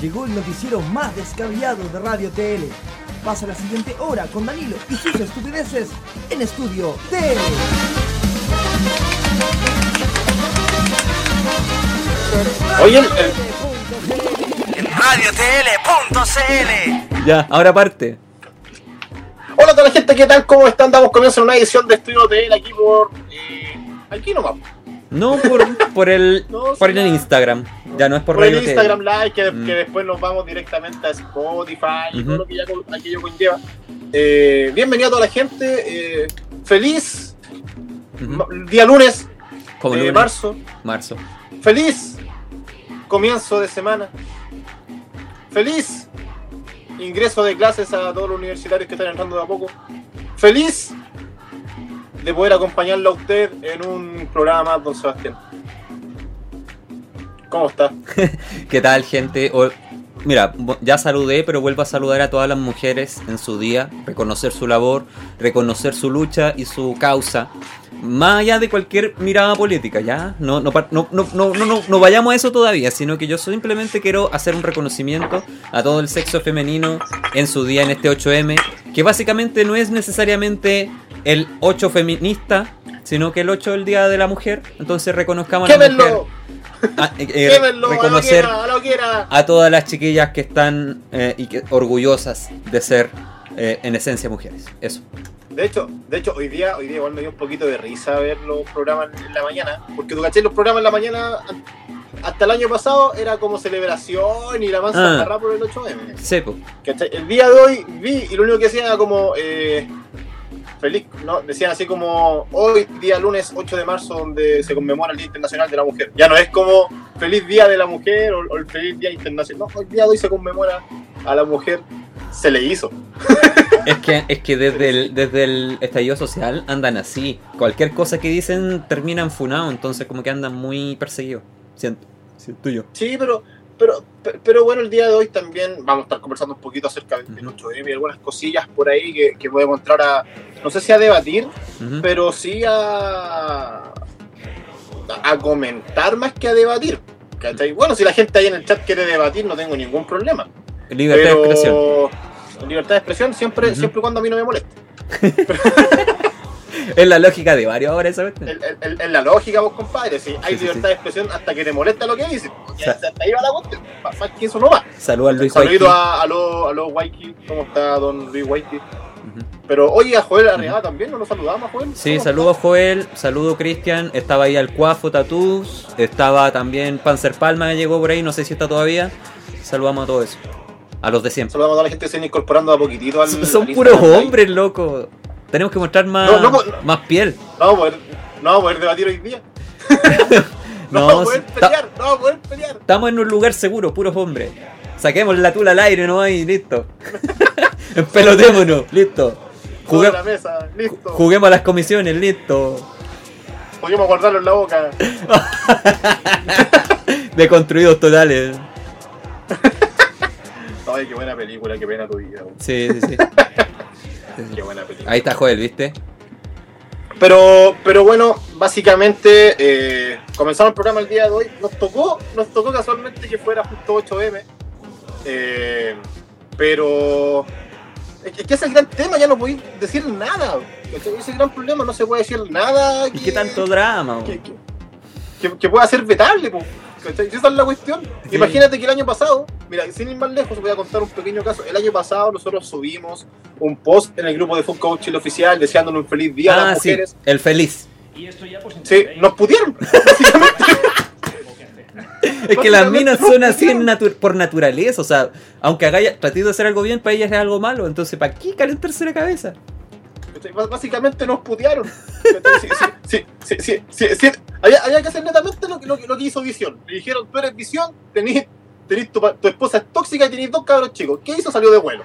Llegó el noticiero más descabellado de Radio TL. Pasa la siguiente hora con Danilo y sus estupideces en Estudio TL. Oye, en radiotl.cl. Ya, ahora parte. Hola a toda la gente, ¿qué tal? ¿Cómo están? Damos comienzo a una edición de Estudio TL aquí por... aquí nomás. No por el Instagram. Ya no es por el Radio Instagram TL. Live, que después nos vamos directamente a Spotify y todo lo que ya aquello conlleva. Bienvenido a toda la gente. Feliz día lunes, Como lunes. marzo. Feliz comienzo de semana. Feliz ingreso de clases a todos los universitarios que están entrando de a poco. Feliz de poder acompañarlo a usted en un programa, don Sebastián. ¿Cómo está? ¿Qué tal, gente? Mira, ya saludé, pero vuelvo a saludar a todas las mujeres en su día, reconocer su labor, reconocer su lucha y su causa, más allá de cualquier mirada política, ¿ya? No vayamos a eso todavía, sino que yo simplemente quiero hacer un reconocimiento a todo el sexo femenino en su día, en este 8M, que básicamente no es necesariamente el 8 feminista, sino que el 8 del Día de la Mujer. Entonces reconozcamos a la mujer. Reconocer a todas las chiquillas que están orgullosas de ser en esencia mujeres. Eso. De hecho hoy día igual me dio un poquito de risa ver los programas en la mañana, porque tú caché, los programas en la mañana hasta el año pasado era como celebración y la mansa agarrada por el 8M. Sí, pues. El día de hoy vi y lo único que decían era como feliz, ¿no? Decían así como hoy día lunes 8 de marzo donde se conmemora el Día Internacional de la Mujer. Ya no es como feliz día de la mujer o el feliz día internacional. No, hoy día de hoy se conmemora a la mujer. Se le hizo. Es que desde el estallido social andan así. Cualquier cosa que dicen terminan funados, entonces como que andan muy perseguidos. Siento yo. Sí, pero bueno, el día de hoy también vamos a estar conversando un poquito acerca del 8M y algunas cosillas por ahí que podemos entrar a, no sé si a debatir, pero sí a comentar más que a debatir. ¿Cachai? Bueno, si la gente ahí en el chat quiere debatir, no tengo ningún problema. Libertad de expresión. Libertad de expresión siempre y cuando a mí no me moleste. Es la lógica de varios ahora, ¿sabes? Es la lógica, vos, compadre. Si hay libertad de expresión hasta que te molesta lo que dices. Hasta ahí va la cuestión. Más que eso no va. Saludos a Luis Saludito a los Waiki. ¿Cómo está don Luis Waiki? Pero oye, a Joel Arriaga también, ¿no lo saludamos, Joel? Sí, saludo a Joel, saludo Cristian, estaba ahí al Cuafo Tatús, estaba también Panzer Palma que llegó por ahí, no sé si está todavía. Saludamos a todo eso. A los de siempre. Saludamos a toda la gente que se viene incorporando a poquito al... Son puros hombres, loco. Tenemos que mostrar más piel. No vamos a poder debatir hoy día. No vamos a poder pelear. Estamos en un lugar seguro, puros hombres. Saquemos la tula al aire, ¿no? Y listo. Empelotémonos, listo. La mesa, listo. Juguemos a las comisiones, listo. Podemos guardarlo en la boca. Deconstruidos totales. Ay, qué buena película, qué pena tu vida. Sí. Qué buena película. Ahí está Joel, ¿viste? Pero bueno, básicamente comenzamos el programa el día de hoy. Nos tocó casualmente que fuera justo 8M. Pero es que ese es el gran tema, ya no podéis decir nada. Ese es el gran problema, no se puede decir nada. ¿Y qué tanto drama? Que pueda ser vetable, po. Esa es la cuestión. Sí. Imagínate que el año pasado, mira, sin ir más lejos, voy a contar un pequeño caso. El año pasado nosotros subimos un post en el grupo de Funko Chile Oficial deseándonos un feliz día a las mujeres. Sí, el feliz. Sí, nos pudieron, básicamente. Es que las minas son así por naturaleza, o sea, aunque tratéis de hacer algo bien, para ellas es algo malo, entonces ¿para qué calentarse la cabeza? Básicamente nos putearon. Sí. Había que hacer netamente lo que hizo Visión. Le dijeron, tú eres Visión, tu esposa es tóxica y tenés 2 cabros chicos. ¿Qué hizo? Salió de vuelo.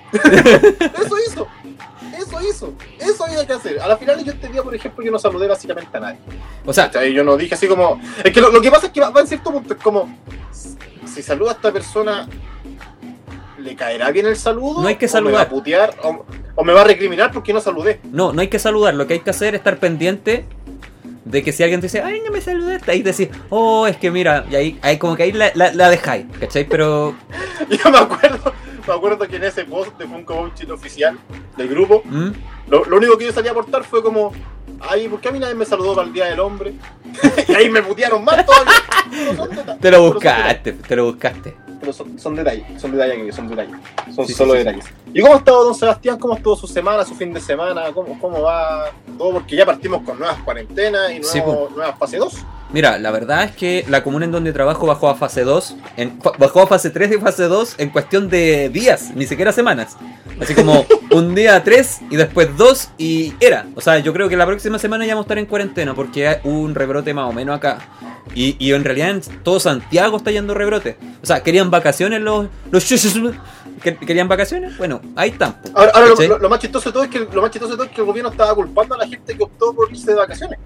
Eso había que hacer. A la final yo este día, por ejemplo, yo no saludé básicamente a nadie. O sea, yo no dije así como... Es que lo que pasa es que va en cierto punto, es como... Si saluda a esta persona, ¿le caerá bien el saludo? No hay que saludar. ¿O me va a putear? ¿O me va a recriminar porque no saludé? No hay que saludar. Lo que hay que hacer es estar pendiente de que si alguien te dice, ay, no me saludaste, ahí decís, oh, es que mira, y ahí como que ahí la dejáis, ¿cachai? Pero Yo me acuerdo que en ese post de Funko Pop Chile oficial del grupo, lo único que yo salía a aportar fue como, ay, ¿por qué a mí nadie me saludó para el Día del Hombre? Y ahí me putearon más todavía. Te lo buscaste. Pero son detalles, son detalles. Son Sí, solo sí. detalles. ¿Y cómo ha estado don Sebastián? ¿Cómo estuvo su semana, su fin de semana? ¿Cómo va todo? Porque ya partimos con nuevas cuarentenas y Sí, nuevas fase 2. Mira, la verdad es que la comuna en donde trabajo bajó a fase 2, bajó a fase 3 y fase 2 en cuestión de días, ni siquiera semanas. Así como un día 3 y después 2 y era. O sea, yo creo que la próxima semana ya vamos a estar en cuarentena porque hubo un rebrote más o menos acá. Y en realidad en todo Santiago está yendo rebrote. O sea, ¿querían vacaciones los ¿Querían vacaciones? Bueno, ahí están. Ahora lo más chistoso de todo es que el gobierno estaba culpando a la gente que optó por irse de vacaciones.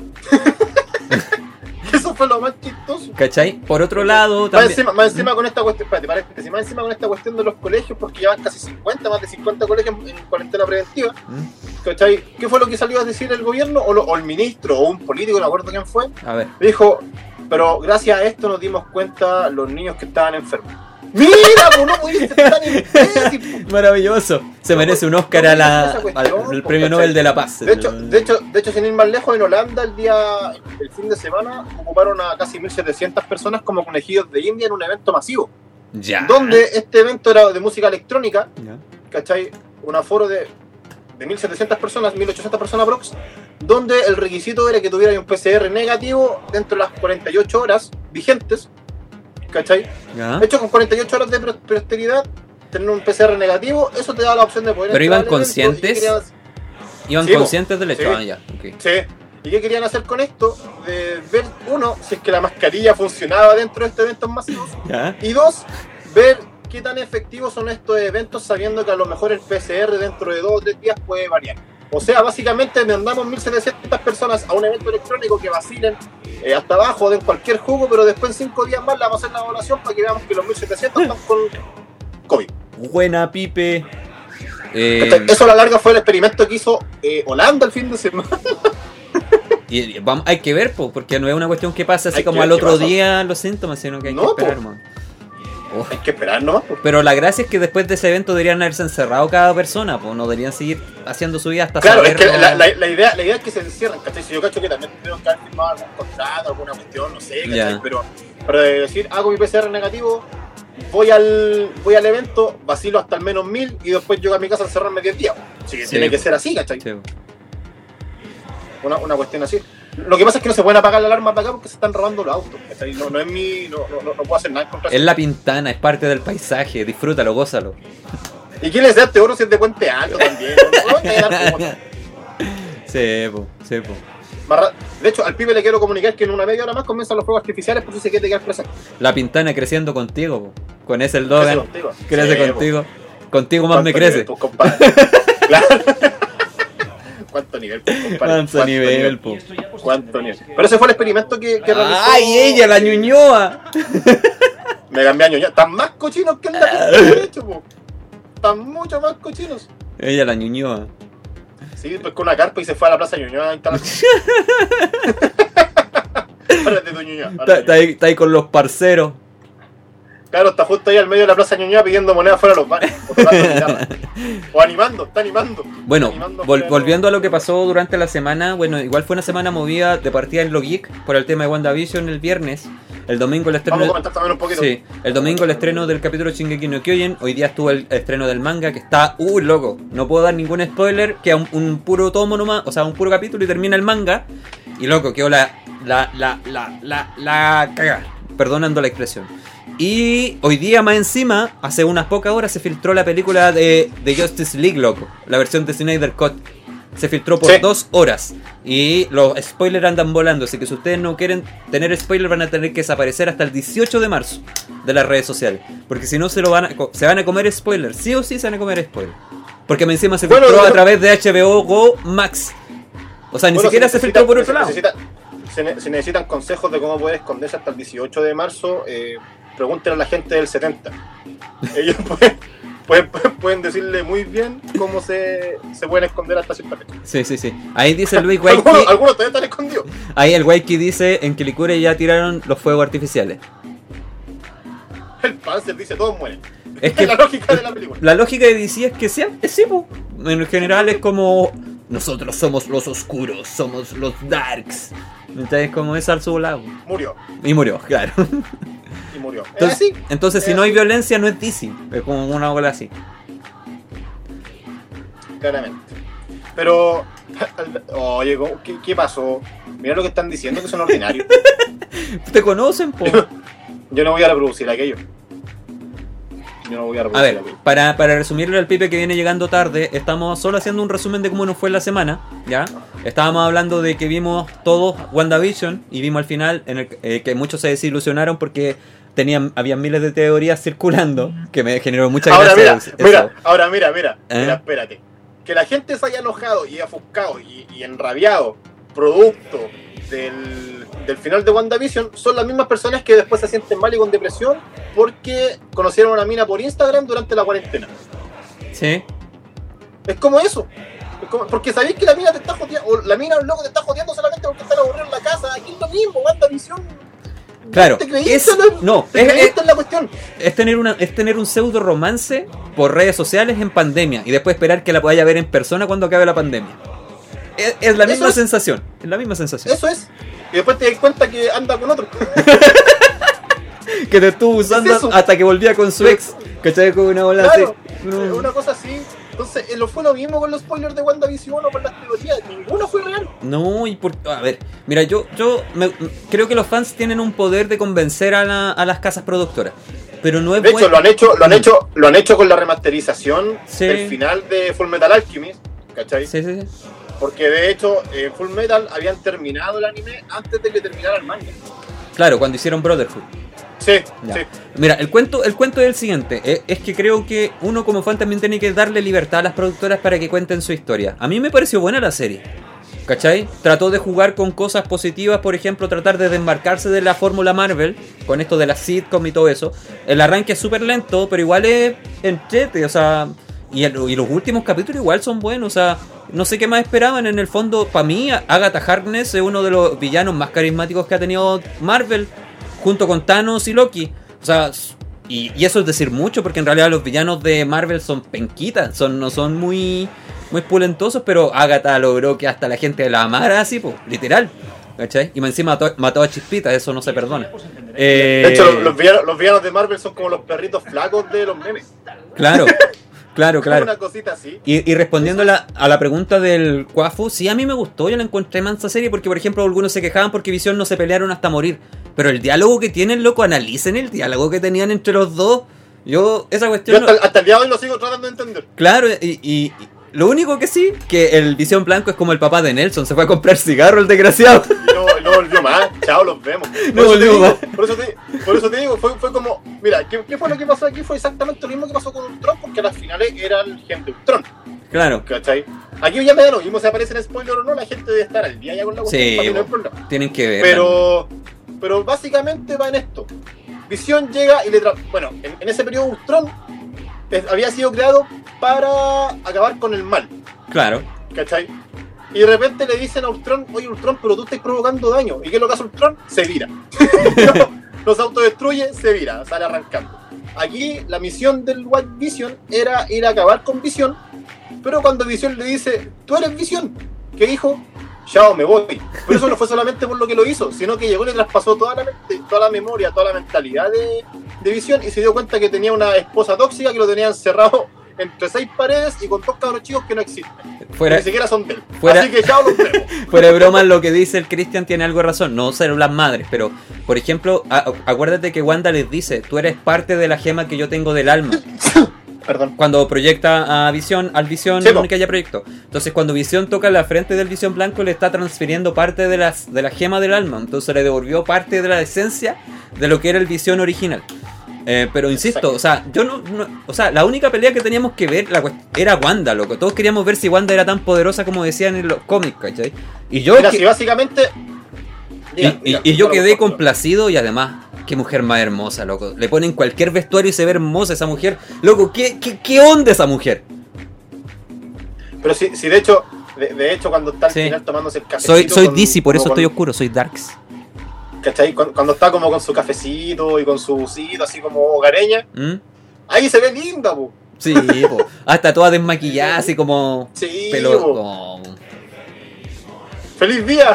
Eso fue lo más chistoso. ¿Cachai? Por otro lado, también... Más encima con esta cuestión, espérate, paréntesis, más encima con esta cuestión de los colegios, porque ya van casi más de 50 colegios en cuarentena preventiva. ¿Cachai? ¿Qué fue lo que salió a decir el gobierno? O el ministro, o un político, no me acuerdo quién fue. A ver. Dijo, pero gracias a esto nos dimos cuenta los niños que estaban enfermos. ¡Mira, pues no pudiste ser tan imbécil! Maravilloso. Se merece un Oscar al Premio Nobel de la Paz. De hecho, sin ir más lejos, en Holanda el fin de semana ocuparon a casi 1.700 personas como conejillos de India en un evento masivo. Ya. Donde este evento era de música electrónica, Ya. ¿cachai? Un aforo de 1.700 personas, 1.800 personas aprox, donde el requisito era que tuviera un PCR negativo dentro de las 48 horas vigentes, ¿cachai? Ya. De hecho, con 48 horas de posteridad, tener un PCR negativo, eso te da la opción de poder... ¿Pero entrar iban al evento. conscientes? ¿Iban Sí, conscientes del hecho? sí. Ah, ya, ok. Sí. ¿Y qué querían hacer con esto? De ver, uno, si es que la mascarilla funcionaba dentro de estos eventos masivos, Ya. y dos, ver qué tan efectivos son estos eventos sabiendo que a lo mejor el PCR dentro de 2 o 3 días puede variar. O sea, básicamente mandamos 1.700 personas a un evento electrónico que vacilen hasta abajo, den cualquier jugo, pero después en 5 días más la vamos a hacer la evaluación para que veamos que los 1.700 están con COVID. Buena, Pipe. Eso a la larga fue el experimento que hizo Holanda el fin de semana. Y vamos, hay que ver, porque no es una cuestión que pasa así Hay que como ver al qué otro pasa. día los síntomas, sino que hay que No, esperar, po. man. Hay que esperar nomás. Pues. Pero la gracia es que después de ese evento deberían haberse encerrado cada persona, pues no deberían seguir haciendo su vida hasta Claro, saber. es que la idea es que se encierren, ¿cachai? Si yo cacho que también tuvieron que haber firmado algún contrato, alguna cuestión, no sé, ¿cachai? Ya. Pero de decir, hago mi PCR negativo, voy al evento, vacilo hasta al menos 1.000 y después llego a mi casa a encerrarme 10 días. Sí, Sí. tiene que ser así, ¿cachai? Sí. Una cuestión así. Lo que pasa es que no se pueden apagar la alarma para acá porque se están robando los autos, ¿cachai? No puedo hacer nada en contra de Es eso. la Pintana, es parte del paisaje, disfrútalo, gózalo. ¿Y quién les da este oro si es de Puente Alto también? No van a dar como- Sí, po. De hecho, al pibe le quiero comunicar que en una media hora más comienzan los fuegos artificiales por si se quiere quedar presente. La Pintana creciendo contigo, po. Con ese el Dogan. contigo. Crece Sí, contigo. Contigo más me ¿Cuánto crece. nivel, pues, compadre? Claro. ¿Cuánto nivel, pues, compadre? Cuánto nivel, po. ¿Cuánto nivel? Pero ese fue el experimento que realizó. ¡Ay, ella, la Ñuñoa! Me cambié a Ñuñoa. Están más cochinos que el de hecho, po. Están mucho más cochinos. Ella, la Ñuñoa. Sí, pues con una carpa y se fue a la plaza Ñuñoa a instalarse. Párate tu Ñuñoa. Está ahí con los parceros. Claro, está justo ahí al medio de la plaza Ñuñoa pidiendo monedas fuera de los bares. O tocando guitarra. O animando, está animando. Bueno, Animando fuera de volviendo a lo que pasó durante la semana, bueno, igual fue una semana movida de partida en lo geek por el tema de WandaVision el viernes. El domingo el estreno. Vamos a comentar también un poquito. Sí, el domingo el estreno del capítulo Shingeki no Kyojin. Hoy día estuvo el estreno del manga que está, loco. No puedo dar ningún spoiler, queda un puro tomo nomás, o sea, un puro capítulo y termina el manga. Y loco, quedó la caga, perdonando la expresión. Y hoy día más encima, hace unas pocas horas se filtró la película de Justice League, loco. La versión de Snyder Cut. Se filtró por 2 horas. Y los spoilers andan volando. Así que si ustedes no quieren tener spoilers, van a tener que desaparecer hasta el 18 de marzo de las redes sociales. Porque si no se van a comer spoilers. Sí o sí se van a comer spoilers. Porque más encima se filtró a través de HBO Go Max. O sea, ni siquiera se filtró por otro lado. Si necesitan consejos de cómo poder esconderse hasta el 18 de marzo, pregúntenle a la gente del 70. Ellos pueden decirle muy bien cómo se pueden esconder hasta cierta fecha. Sí. Ahí dice Luis Waiki. Algunos todavía están escondidos. Ahí el Waiki dice: en Quilicure ya tiraron los fuegos artificiales. El Panzer dice: todos mueren. Es que la lógica de la película. la lógica de DC es que sí, po. En general es como nosotros somos los oscuros, somos los darks. Entonces como es al su lado. Murió. Y murió, claro. Y murió. Entonces si no hay violencia no es DC. Es como una bola así. Claramente. Pero, oye, ¿qué pasó? Mira lo que están diciendo, que son ordinarios. ¿Te conocen, po? Yo no voy a reproducir aquello. Yo no voy a A reproducir ver, aquello. para resumirle al Pipe que viene llegando tarde, estamos solo haciendo un resumen de cómo nos fue la semana, ¿ya? Estábamos hablando de que vimos todos WandaVision y vimos al final en el, que muchos se desilusionaron porque habían miles de teorías circulando, que me generó mucha Ahora gracia. mira, espérate. Que la gente se haya enojado y ofuscado y enrabiado producto del final de WandaVision son las mismas personas que después se sienten mal y con depresión porque conocieron a una mina por Instagram durante la cuarentena. Sí. Es como eso. Porque sabéis que la mina te está joteando, o la mina o el loco te está joteando solamente porque están aburridos en la casa. Aquí es lo mismo, WandaVision. Claro, ¿Te creíste en la cuestión? Es tener un pseudo romance por redes sociales en pandemia y después esperar que la podáis ver en persona cuando acabe la pandemia. Es la misma sensación. Es la misma sensación. Eso es. Y después te das cuenta que anda con otro. Que te estuvo usando hasta que volvía con su ex. ¿Cachai? Con una bola claro, así. Una cosa así. Entonces, fue lo mismo con los spoilers de WandaVision o con las teorías. Ninguno fue real. No, a ver, mira, yo creo que los fans tienen un poder de convencer a las casas productoras. Pero no es de hecho, lo han hecho con la remasterización del final de Fullmetal Alchemist. ¿Cachai? Sí. Porque de hecho, Fullmetal habían terminado el anime antes de que terminara el manga. Claro, cuando hicieron Brotherhood. Sí. Mira, el cuento es el siguiente. Es que creo que uno como fan también tiene que darle libertad a las productoras para que cuenten su historia. A mí me pareció buena la serie, ¿cachai? Trató de jugar con cosas positivas, por ejemplo, tratar de desmarcarse de la fórmula Marvel, con esto de la sitcom y todo eso. El arranque es súper lento, pero igual es entrete, o sea... Y los últimos capítulos igual son buenos, o sea... No sé qué más esperaban, en el fondo, para mí, Agatha Harkness es uno de los villanos más carismáticos que ha tenido Marvel, junto con Thanos y Loki. O sea, y eso es decir mucho, porque en realidad los villanos de Marvel son penquitas, no son muy pulentosos, pero Agatha logró que hasta la gente la amara así, pues, literal. ¿Cachai? Y encima mató a Chispita, eso no se perdona. De hecho, los villanos de Marvel son como los perritos flacos de los memes. Claro. Claro. Una cosita así. Y respondiendo a la pregunta del Cuafu, sí, a mí me gustó, yo la encontré mansa serie porque, por ejemplo, algunos se quejaban porque Visión no se pelearon hasta morir. Pero el diálogo que tienen, loco, analicen el diálogo que tenían entre los dos. Esa cuestión... hasta el día de hoy lo sigo tratando de entender. Claro, y lo único que sí, que el Visión Blanco es como el papá de Nelson, se fue a comprar cigarro el desgraciado. Y no volvió más, chao, los vemos. Por eso te digo, fue como, mira, ¿qué fue lo que pasó aquí? Fue exactamente lo mismo que pasó con Ultron, porque a las finales era el gen de Ultron. Claro. ¿Cachai? Aquí ya me da lo mismo si aparece en spoiler o no, la gente debe estar al día ya con la cuestión, para que no hay problema. Tienen que ver. Pero básicamente va en esto. Visión llega y bueno, en ese periodo Ultron había sido creado para acabar con el mal. Claro. ¿Cachai? Y de repente le dicen a Ultron, oye Ultron, pero tú estás provocando daño. ¿Y qué es lo que hace Ultron? Se vira. No se autodestruye, se vira, sale arrancando. Aquí la misión del White Vision era ir a acabar con Visión, pero cuando Visión le dice, tú eres Visión, ¿qué dijo? Chao, me voy. Pero eso no fue solamente por lo que lo hizo, sino que llegó y le traspasó toda la memoria, toda la mentalidad de Visión y se dio cuenta que tenía una esposa tóxica que lo tenía encerrado entre 6 paredes y con 2 cabros chicos que no existen. Ni siquiera son de él. Así que chao, los vemos. Fuera de broma, lo que dice el Christian tiene algo de razón. No células madres, pero, por ejemplo, acuérdate que Wanda les dice, tú eres parte de la gema que yo tengo del alma. Perdón. Cuando proyecta al Visión, sí, que haya proyecto. Entonces, cuando Visión toca la frente del Visión Blanco, le está transfiriendo parte de la gema del alma. Entonces le devolvió parte de la esencia de lo que era el Visión original. Pero insisto, o sea, o sea, la única pelea que teníamos que ver era Wanda, loco. Todos queríamos ver si Wanda era tan poderosa como decían en los cómics, ¿cachai? Y yo si básicamente yo quedé complacido y además, qué mujer más hermosa, loco. Le ponen cualquier vestuario y se ve hermosa esa mujer. Loco, ¿qué onda esa mujer? Pero sí, de hecho cuando está al final tomándose el cafecito. Soy DC, por eso estoy oscuro, soy Darks. ¿Cachai? Cuando está como con su cafecito y con su busito así como hogareña. ahí se ve linda, po. Sí, po. Hasta toda desmaquillada, así como... Sí, pelo... po. como- ¡Feliz día!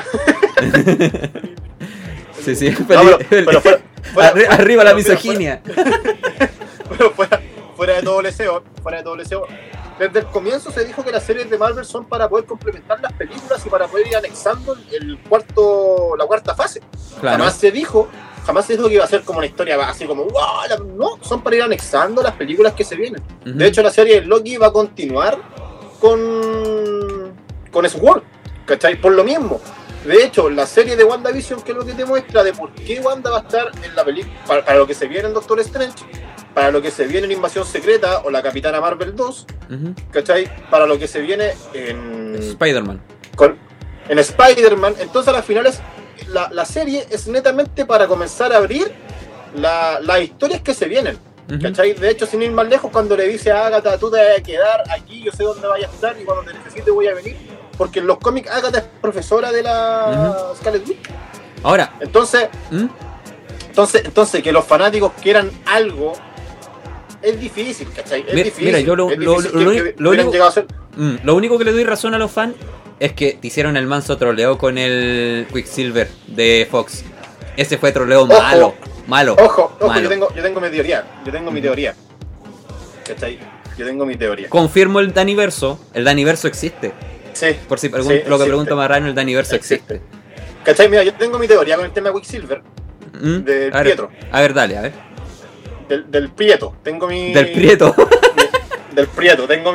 Sí, sí, No, pero arriba la pero mira, misoginia. Pero fuera de todo leseo, desde el comienzo se dijo que las series de Marvel son para poder complementar las películas y para poder ir anexando la cuarta fase. Claro. Jamás se dijo que iba a ser como una historia así como ¡wow! No, son para ir anexando las películas que se vienen. Ujú. De hecho, la serie de Loki va a continuar con Sword, ¿cachai? Por lo mismo. De hecho, la serie de WandaVision, que es lo que te muestra de por qué Wanda va a estar en la película, para lo que se viene en Doctor Strange, para lo que se viene en Invasión Secreta o la Capitana Marvel 2, Ujú. ¿cachai? Para lo que se viene en Spider-Man. en Spider-Man. Entonces, a las finales, la serie es netamente para comenzar a abrir las historias que se vienen. Ujú. ¿Cachai? De hecho, sin ir más lejos, cuando le dice a Agatha, tú te vas a quedar aquí, yo sé dónde vayas a estar y cuando te necesite voy a venir. Porque en los cómics Agatha es profesora de la Scarlet Witch. Ahora, Entonces, ¿mm? que los fanáticos quieran algo es difícil, ¿cachai? Es difícil. Mira, yo es difícil que lo hubieran único- llegado a ser. Lo único que le doy razón a los fans es que te hicieron el manso troleo con el Quicksilver de Fox. Ese fue troleo malo. Ojo, malo. yo tengo mi teoría. ¿Cachai? Yo tengo mi teoría. Confirmo el Daniverso. El Daniverso existe. Sí. Por si sí, lo que existe. pregunta Marrano, el Daniverso Existe. existe. ¿Cachai? Mira, yo tengo mi teoría con el tema de Quicksilver. Del A ver, Pietro. A ver, dale, a ver. Del Prieto. Tengo mi. Del Prieto. Del Prieto. Tengo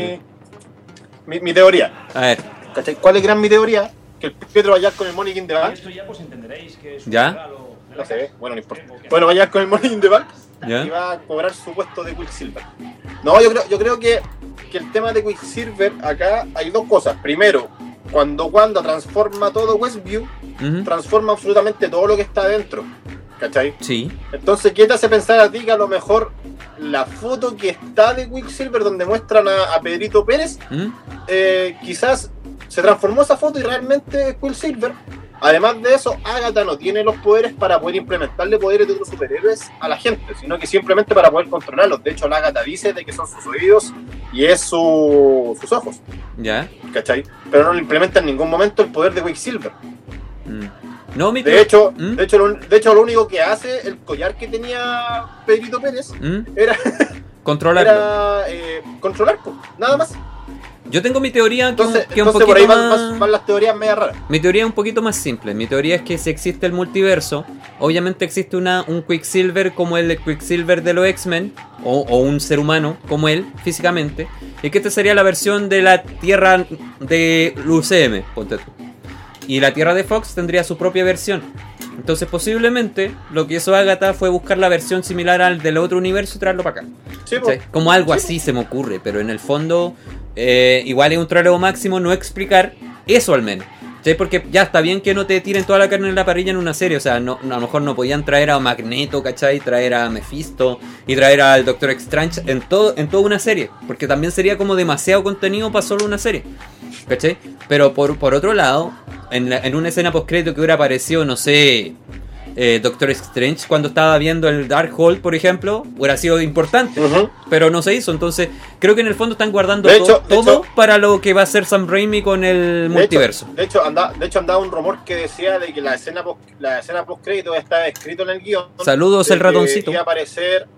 mi teoría. A ver, ¿Cachai? ¿Cuál es mi teoría? Que el Pietro vaya con el Money in the Bank. Esto ya pues entenderéis que es un ¿Ya? regalo de No la sé, casa. bueno, no importa. Bueno, vaya con el Money in the Bank ¿ya? y va a cobrar su puesto de Quicksilver. No, yo creo que el tema de Quicksilver acá hay dos cosas. Primero, cuando Wanda transforma todo Westview, Ujú. transforma absolutamente todo lo que está adentro. ¿Cachai? Sí. Entonces, ¿qué te hace pensar a ti que a lo mejor la foto que está de Quicksilver donde muestran a Pedrito Pérez, ¿Mm? quizás se transformó esa foto y realmente es Quicksilver? Además de eso, Agatha no tiene los poderes para poder implementarle poderes de otros superhéroes a la gente, sino que simplemente para poder controlarlos. De hecho, la Agatha dice de que son sus oídos y es sus ojos, ¿Ya? ¿cachai? Pero no le implementa en ningún momento el poder de Quicksilver. No, mi De hecho, ¿Mm? de hecho, lo único que hace el collar que tenía Pedrito Pérez era Controlarlo. controlar, pues, nada más. Yo tengo mi teoría que, Entonces, que un por ahí poquito más... van las teorías media raras. Mi teoría es un poquito más simple. Mi teoría es que si existe el multiverso, obviamente existe un Quicksilver como el Quicksilver de los X-Men, o un ser humano como él, físicamente, y que esta sería la versión de la Tierra de UCM, ponte tú. Y la Tierra de Fox tendría su propia versión. Entonces posiblemente lo que hizo Agatha fue buscar la versión similar al del otro universo y traerlo para acá. Sí, ¿Cachai? pues. Como algo Sí, así se me ocurre, pero en el fondo igual es un troleo máximo no explicar eso al menos. ¿Cachai? Porque ya está bien que no te tiren toda la carne en la parrilla en una serie, o sea, no, a lo mejor no podían traer a Magneto, ¿cachai? Traer a Mephisto y traer al Doctor Strange en toda una serie, porque también sería como demasiado contenido para solo una serie, ¿cachai? Pero por otro lado, en una escena postcrédito que hubiera aparecido, no sé... Doctor Strange cuando estaba viendo el Darkhold, por ejemplo, hubiera sido importante, Ujú. pero no se hizo. Entonces creo que en el fondo están guardando De hecho- todo para lo que va a hacer Sam Raimi con el multiverso. De hecho, andaba un rumor que decía de que la escena post crédito estaba escrito en el guión. Saludos, de el ratoncito. Que iba a aparecer,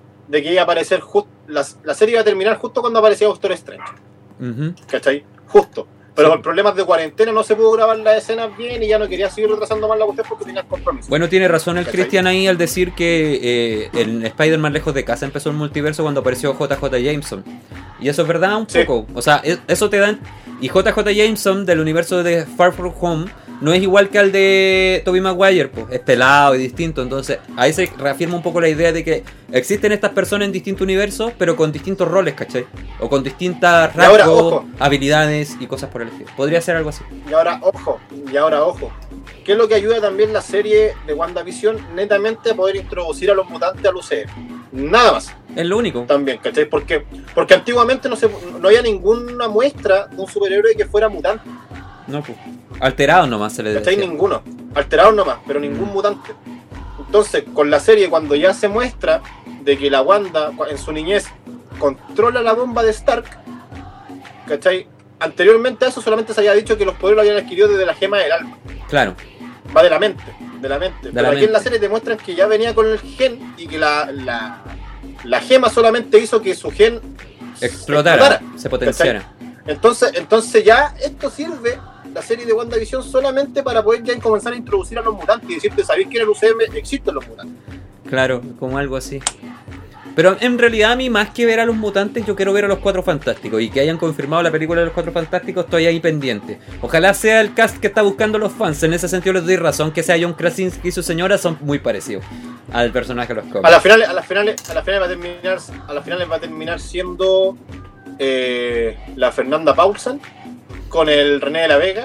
la serie iba a terminar justo cuando aparecía Doctor Strange. Ujú. ¿Cachai? Justo. Pero Sí. por problemas de cuarentena no se pudo grabar las escenas bien y ya no quería seguir retrasando más la cuestión porque tenía compromiso. Bueno, tiene razón el ¿Cachai? Christian ahí al decir que en Spider-Man Lejos de Casa empezó el multiverso cuando apareció JJ Jameson. Y eso es verdad un Sí. poco. O sea, eso te dan... Y JJ Jameson del universo de Far From Home no es igual que al de Tobey Maguire, pues es pelado y distinto. Entonces ahí se reafirma un poco la idea de que existen estas personas en distintos universos, pero con distintos roles, ¿cachai? O con distintas Y ahora, rasgos, ojo. habilidades y cosas por el estilo. Podría ser algo así. Y ahora, ojo. ¿Qué es lo que ayuda también la serie de WandaVision netamente a poder introducir a los mutantes al UCM? Nada más. Es lo único. También, ¿cachai? Porque antiguamente no había ninguna muestra de un superhéroe que fuera mutante. No, pues. Alterado nomás se le ¿Cachai? decía. Ninguno. Alterados nomás, pero ningún mutante. Entonces, con la serie, cuando ya se muestra de que la Wanda en su niñez controla la bomba de Stark, ¿cachai? Anteriormente a eso solamente se había dicho que los poderes lo habían adquirido desde la gema del alma. Claro. Va de la mente. Pero aquí en la serie te muestran que ya venía con el gen y que la gema solamente hizo que su gen explotara, se potenciara. Entonces ya esto sirve, la serie de WandaVision, solamente para poder ya comenzar a introducir a los mutantes y decirte, ¿sabéis que en el UCM existen los mutantes? Claro, como algo así. Pero en realidad a mí, más que ver a los mutantes, yo quiero ver a los Cuatro Fantásticos. Y que hayan confirmado la película de los Cuatro Fantásticos, estoy ahí pendiente. Ojalá sea el cast que está buscando los fans. En ese sentido les doy razón, que sea John Krasinski y su señora son muy parecidos al personaje de los cómics. A las finales va a terminar siendo la Fernanda Paulson con el René de la Vega.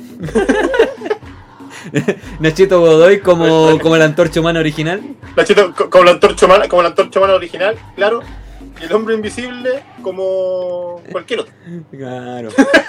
Nachito Godoy como la Antorcha Humana original. Nachito como la Antorcha Humana original, claro. Y el Hombre Invisible como cualquier otro. Claro.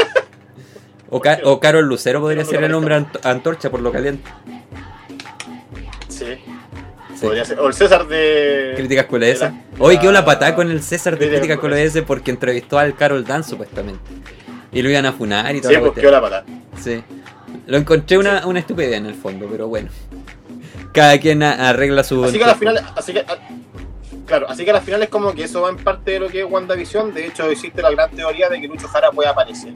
O Carol Lucero podría ser el Hombre Antorcha por lo caliente. Sí. Podría ser. O el César de Críticas QLS. Hoy quedó la patada con el César de Críticas QLS porque entrevistó al Carol Dance supuestamente. Y lo iban a funar y todo. Sí, pues quedó la patada. Sí. Lo encontré una estupidez en el fondo, pero bueno. Cada quien arregla su... Así que a las finales como que eso va en parte de lo que es WandaVision. De hecho existe la gran teoría de que Lucho Jara puede aparecer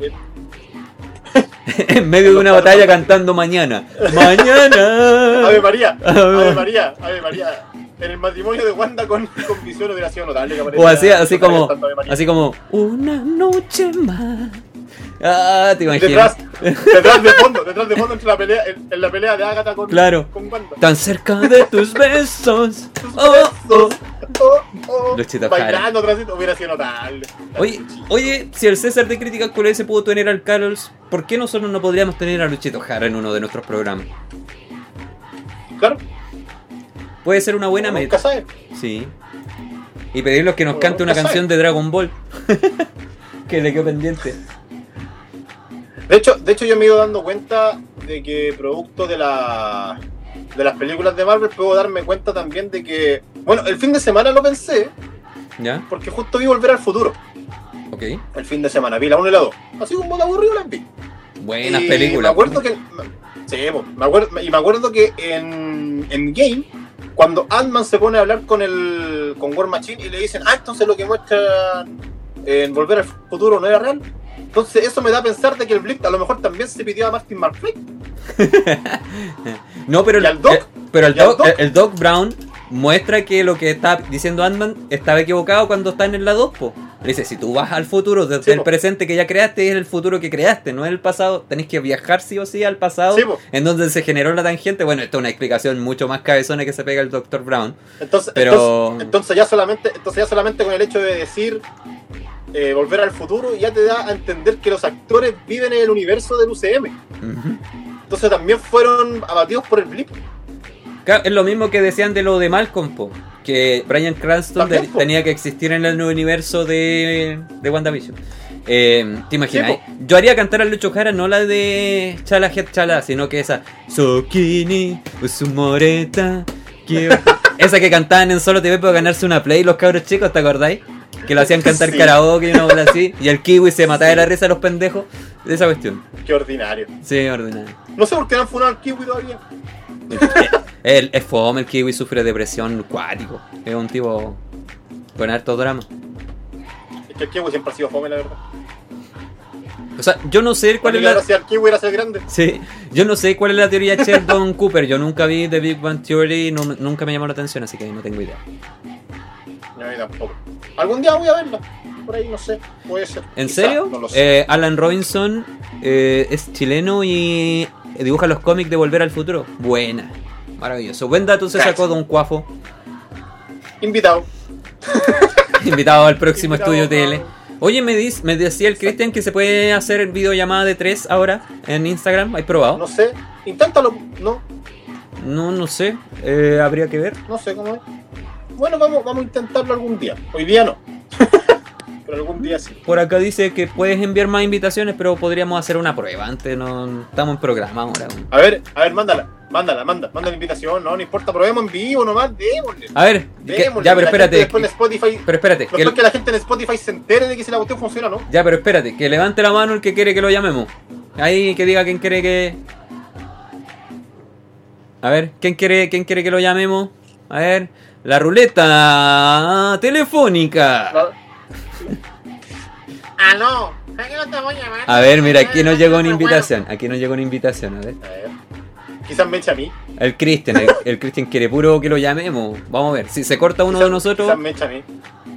en medio de una batalla cantando mañana. ¡Mañana! Ave María, Ave María, Ave María. En el matrimonio de Wanda con Visión hubiera sido notable que apareciera. O así como una noche más. Ah, te imaginas. Detrás de fondo en la pelea de Agatha con Wanda. Tan cerca de tus besos. Luchito Jara. Bailando atrásito hubiera sido notable. Oye, si el César de Críticas QLS pudo tener al Carols, ¿por qué nosotros no podríamos tener a Luchito Jara en uno de nuestros programas? Claro. Puede ser una buena meta. Sí. Y pedirles que nos cante una canción de Dragon Ball. Que le quedó pendiente. De hecho yo me he ido dando cuenta de que producto de las películas de Marvel puedo darme cuenta también de que... Bueno, el fin de semana lo pensé. ¿Ya? Porque justo vi Volver al Futuro. Ok. El fin de semana, vi la 1 y la 2. Así como de aburrido las vi. Buenas películas. Me acuerdo que... Sí, me acuerdo que en Game, cuando Ant-Man se pone a hablar con War Machine y le dicen, entonces lo que muestran en Volver al Futuro no era real. Entonces eso me da a pensar de que el Blip a lo mejor también se pidió a Martin McFly. No, pero el Doc Brown muestra que lo que está diciendo Ant-Man estaba equivocado cuando está en la 2, po. Le dice, si tú vas al futuro, desde el presente que ya creaste, es el futuro que creaste, no es el pasado. Tenés que viajar sí o sí al pasado, en donde se generó la tangente. Bueno, esto es una explicación mucho más cabezona que se pega el Dr. Brown. Entonces ya solamente con el hecho de decir Volver al Futuro ya te da a entender que los actores viven en el universo del UCM. Uh-huh. Entonces también fueron abatidos por el blip. Claro, es lo mismo que decían de lo de Malcolm, po, que Bryan Cranston tenía que existir en el nuevo universo de WandaVision. ¿Te imaginas? Sí, yo haría cantar a Lucho Jara no la de Chala Head Chala, sino que esa Sokini Usumoreta esa que cantaban en Solo TV para ganarse una play los cabros chicos, ¿te acordáis? Que lo hacían cantar karaoke y una bola así. Y el kiwi se mataba de la risa a los pendejos. De esa cuestión. Qué ordinario. Sí, ordinario. No sé por qué no han funado al kiwi todavía. Es fome, el kiwi sufre depresión cuático. Es un tipo con harto drama. Es que el kiwi siempre ha sido fome, la verdad. O sea, yo no sé cuál es la... Si el kiwi era ser grande. Sí, yo no sé cuál es la teoría de Sheldon Cooper. Yo nunca vi The Big Bang Theory, nunca me llamó la atención, así que no tengo idea. No, tampoco. Algún día voy a verla. Por ahí, no sé. Puede ser. ¿En serio? No lo sé. Alan Robinson es chileno y dibuja los cómics de Volver al Futuro. Buena. Maravilloso. Buen dato se sacó Don Cuafo. Invitado al próximo estudio TL. Oye, me decía el Cristian que se puede hacer videollamada de 3 ahora en Instagram. ¿Has probado? No sé. Inténtalo. No sé. Habría que ver. No sé cómo es. Bueno, vamos a intentarlo algún día. Hoy día no. Pero algún día sí. Por acá dice que puedes enviar más invitaciones, pero podríamos hacer una prueba. Antes no estamos en programa ahora. A ver, mándala. Manda la invitación, no importa, probemos en vivo nomás, démosle. A ver, Démosle, ya, pero la gente espérate. Después en Spotify, Pero espérate, después que la gente en Spotify se entere de que si la cuestión funciona, ¿no? ya, pero espérate, que levante la mano el que quiere que lo llamemos. Ahí que diga quién quiere que. A ver, ¿quién quiere que lo llamemos? A ver, la ruleta telefónica. No, ¿sabes que no te voy a llamar? A ver, mira, aquí nos llegó una invitación. Aquí nos llegó una invitación, a ver. A ver, quizás me eche a mí. El Cristian, el Cristian quiere puro que lo llamemos. Vamos a ver, si se corta uno de nosotros, Quizás me eche a mí.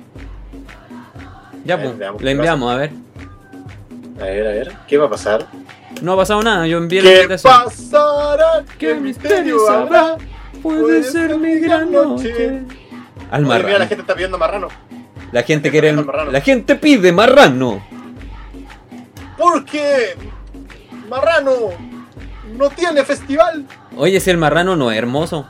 ya A ver, pues, veamos le qué enviamos, a ver. A ver, ¿qué va a pasar? No ha pasado nada, yo envié la ¿Qué invitación. pasará? ¿Qué misterio habrá? Puede ser mi gran noche. Al Oye, mira, la marrano. gente está pidiendo marrano. La gente quiere el... marrano. La gente pide marrano. Porque Marrano no tiene festival. Oye, si el marrano no es hermoso.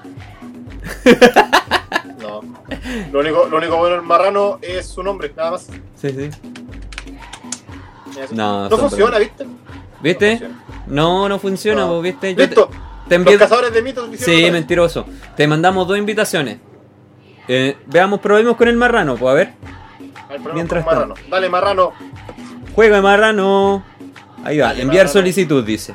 No. Lo único bueno del Marrano es su nombre, nada más. Sí, sí. Eso. No, No son funciona, ¿viste? ¿Viste? No funciona. No funciona, No. pues, ¿viste? Yo Listo. te envié... Los cazadores de mitos hicieron Sí, otra vez. mentiroso. Te mandamos 2 invitaciones. Probemos con el marrano, pues a ver. Al problema Mientras con Marrano. Dale, Marrano. Juega de marrano. Ahí va, Dale, enviar marrano. solicitud, dice.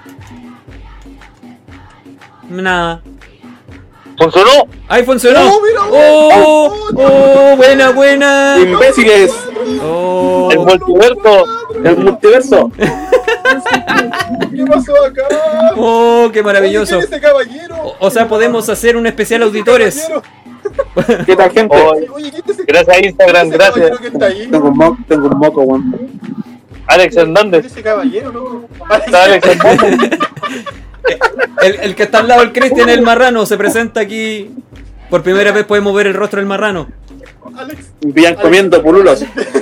Nada. ¿Funcionó? ¡Ahí funcionó! ¡Oh, mira! ¡Oh! ¡Oh! ¡Buena, buena! ¡Imbéciles! ¡Oh! El multiverso. ¡El multiverso! ¿Qué pasó acá? ¡Oh! ¡Qué maravilloso! Oye, ¿quién es ese caballero? O sea, podemos hacer un especial auditores. Caballero. ¿Qué tal, gente? Oye, Oye, ¿quién es ese gracias a Instagram, ese gracias. caballero que está ahí? Tengo un moco, weón. Alex ¿Quién Hernández. es ese caballero, no? Está Alex Hernández. El que está al lado del Cristian, el marrano, se presenta aquí. Por primera vez podemos ver el rostro del marrano. Alex. Vivían comiendo pululos.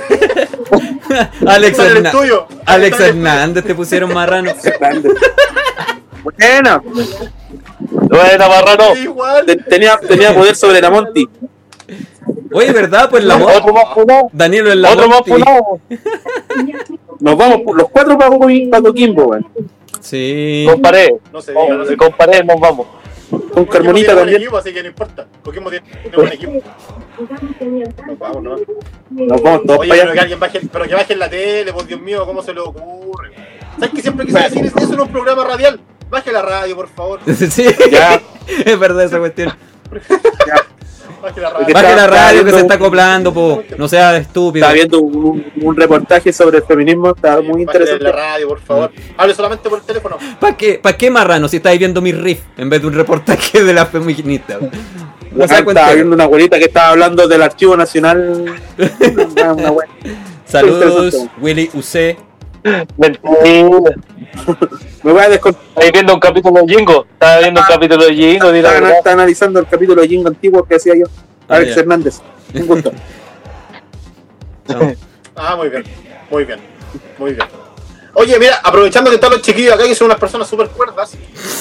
Alex Está en el Hernández. estudio. Alex Está en el Hernández, te pusieron marrano. Grande. Bueno, Buena, Marrano. estudio. Igual. tenía poder sobre la Monty. Oye, ¿verdad? Pues la Otro Monty. más funado. Danilo en la Otro más Monty. funado. Nos vamos por los 4 para Coquimbo, weón. Sí. Comparé. No se diga, no se Comparé, nos vamos. Con Carmonita tiene buen también. equipo, así que no importa. Coquimbo tiene buen equipo. Nos vamos, ¿no? Nos vamos todos Oye, para pero que allá. alguien baje, pero que bajen la tele, por Dios mío, ¿cómo se le ocurre? ¿Sabes que siempre quise decir eso en un programa radial? Baje la radio, por favor. Sí. Ya. Es verdad esa cuestión. Baje la radio. Porque Baje la estaba radio que viendo- se está acoplando, po. No sea estúpido. Estaba viendo un reportaje sobre el feminismo, estaba muy Baje la interesante. radio, por favor. Hable solamente por el teléfono. ¿Para qué marrano si estáis viendo mi riff en vez de un reportaje de la feminista? No se da cuenta. Estaba viendo una abuelita que estaba hablando del Archivo Nacional. Una wea. Saludos, Willy UC. Mentira. Me voy a descontar. Ahí viendo un capítulo de Jingo. Estaba viendo un capítulo de Jingo, di la verdad. Está analizando el capítulo de Jingo antiguo que hacía yo. Alex ya. Hernández. Un gusto. No. Ah, muy bien. Muy bien. Muy bien. Oye, mira, aprovechando que están los chiquillos acá, que son unas personas súper cuerdas,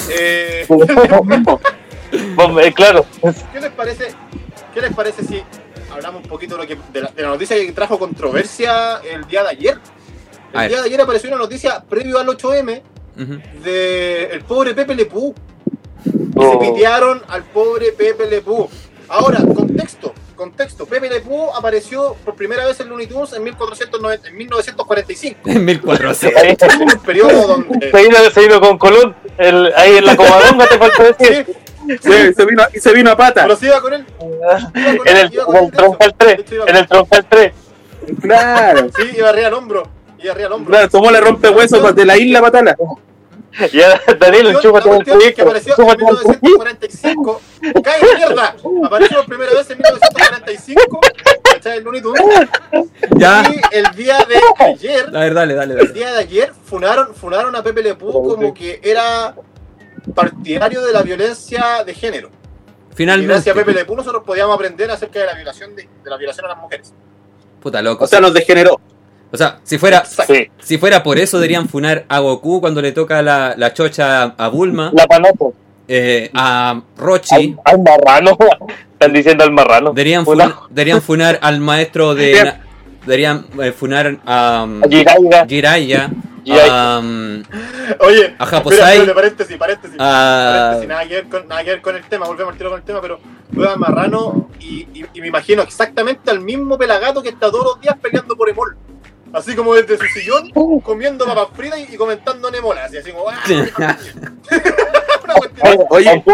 Claro. ¿qué les parece si hablamos un poquito de la noticia que trajo controversia el día de ayer? A ver. El día de ayer apareció una noticia previo al 8M Ujú. de el pobre Pepe Le Pew. Oh. Se pitearon al pobre Pepe Le Pew. Ahora, contexto. Pepe Le Pew apareció por primera vez en Looney Tunes en 1945. En 1400. Ahí Un periodo donde... se vino con Colón. Ahí en la Comadonga te falta decir. Sí, Se vino a pata. pero sí iba con él. En el Troncal 3. En el Troncal 3. Claro. Sí, iba arriba al hombro. Claro, tomó la rompehuesos de la isla Patala. Ya, Danilo, chúpate La el cuestión es que proyecto. apareció en Chúpate el proyecto. 1945. ¡Cae de mierda! Apareció por primera vez en 1945. ¿Cachai? El Looney Tunes. Ya. Y el día de ayer, A ver, dale. el día de ayer, funaron a Pepe Le Pew como que era partidario de la violencia de género. Y Finalmente. gracias a Pepe Le Pew nosotros podíamos aprender acerca de la violación de la violación a las mujeres. Puta loco. O sea, nos degeneró. O sea, si fuera Exacto. Sí, si fuera por eso, deberían funar a Goku cuando le toca la chocha a Bulma, la panoto. a Rochi. Al marrano. Están diciendo al marrano. Deberían funar al maestro de. Deberían funar a Jiraiya. Jiraiya. Oye, a Japosai. espera, paréntesis. Ah. Paréntesis, nada que ver con el tema, volvemos al tiro con el tema, pero juega Marrano y me imagino exactamente al mismo pelagato que está todos los días peleando por Emol. Así como desde su sillón, comiendo papas fritas y comentando en Emol, así como... Una cuestión. Oye,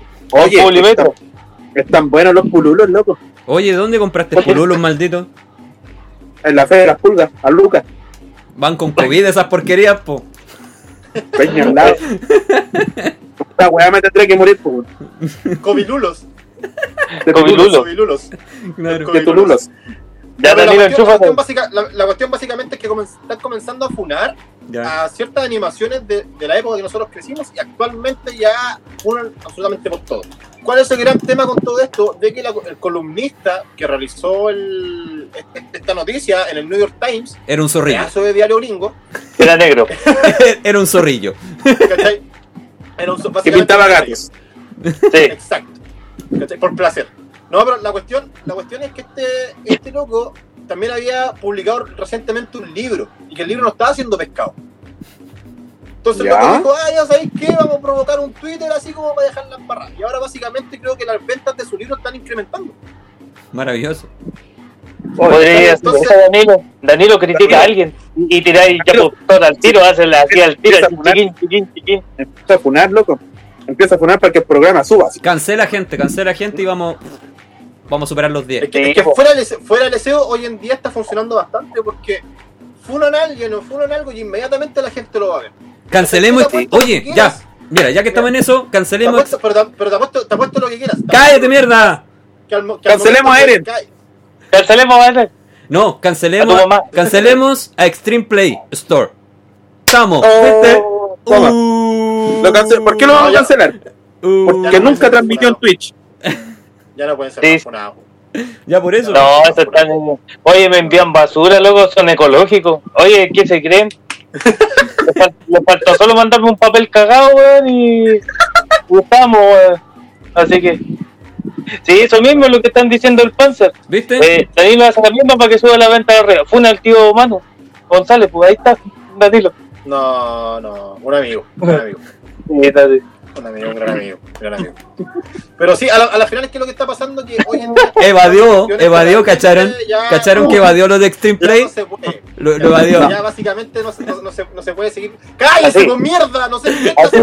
están buenos los pululos, loco. Oye, ¿dónde compraste pululos, maldito? En la fe de las pulgas, a Lucas. Van con COVID esas porquerías, po. Peña al lado. Esta weá me tendré que morir, po. Covilulos. Covilulos. Claro. De Tululos. Ya, Pero Danilo, la enchúfate. cuestión básicamente es que están comenzando a funar Ya. a ciertas animaciones de la época que nosotros crecimos y actualmente ya funan absolutamente por todo. ¿Cuál es el gran tema con todo esto? De que el columnista que realizó esta noticia en el New York Times, Era un zorrillo. pedazo de diario gringo, Era negro. Era un zorrillo. ¿cachai? Era un, Que básicamente pintaba un gatos. Sí. Exacto. ¿Cachai? Por placer. No, pero la cuestión es que este loco también había publicado recientemente un libro y que el libro no estaba siendo pescado. Entonces el ¿Ya? loco dijo, ya sabéis qué, vamos a provocar un Twitter así como para dejarla embarrada. Y ahora básicamente creo que las ventas de su libro están incrementando. Maravilloso. Podría entonces- ser Danilo critica a alguien y tiráis ya por todo al tiro, hace así al tiro, así, chiquín. Empieza a funar, loco. Empieza a funar para que el programa suba. Así. Cancela gente y vamos a superar los 10. Es que fuera del SEO hoy en día está funcionando bastante porque funan a alguien o funan algo y inmediatamente la gente lo va a ver. Cancelemos. Te apuesto lo que Oye, ya. quieras. Mira, ya que estamos en eso, Te cancelemos. apuesto, pero te apuesto lo que quieras. ¡Cállate, mierda! Que al Cancelemos momento a Eren. Cancelemos a él. No, A tu mamá. cancelemos a Extreme Play Store. Estamos, ¿viste? Toma. ¿Por qué lo vamos a ya. cancelar? Uh, Porque Ya no nunca puede ser transmitió en funado. Twitch. Ya no pueden ser Sí. más funados. ya por eso. No, eso están. Oye, me envían basura, loco, son ecológicos. Oye, ¿qué se creen? Le faltó solo mandarme un papel cagado, weón, y estamos, weón. Así que. Sí, eso mismo es lo que están diciendo el Panzer. ¿Viste? Danilo hace la misma para que suba la venta de arriba. Fue al tío Mano González, pues ahí está, Danilo. No, un amigo. Sí, dale. Un gran amigo. Pero sí, a la final es que lo que está pasando que hoy en día... Evadió, ¿cacharon? Ya- ¿Cacharon que evadió lo de Extreme ya Play? no se puede. Lo evadió. Ya básicamente no se puede seguir. ¡Cállese Así. con mierda! No se Así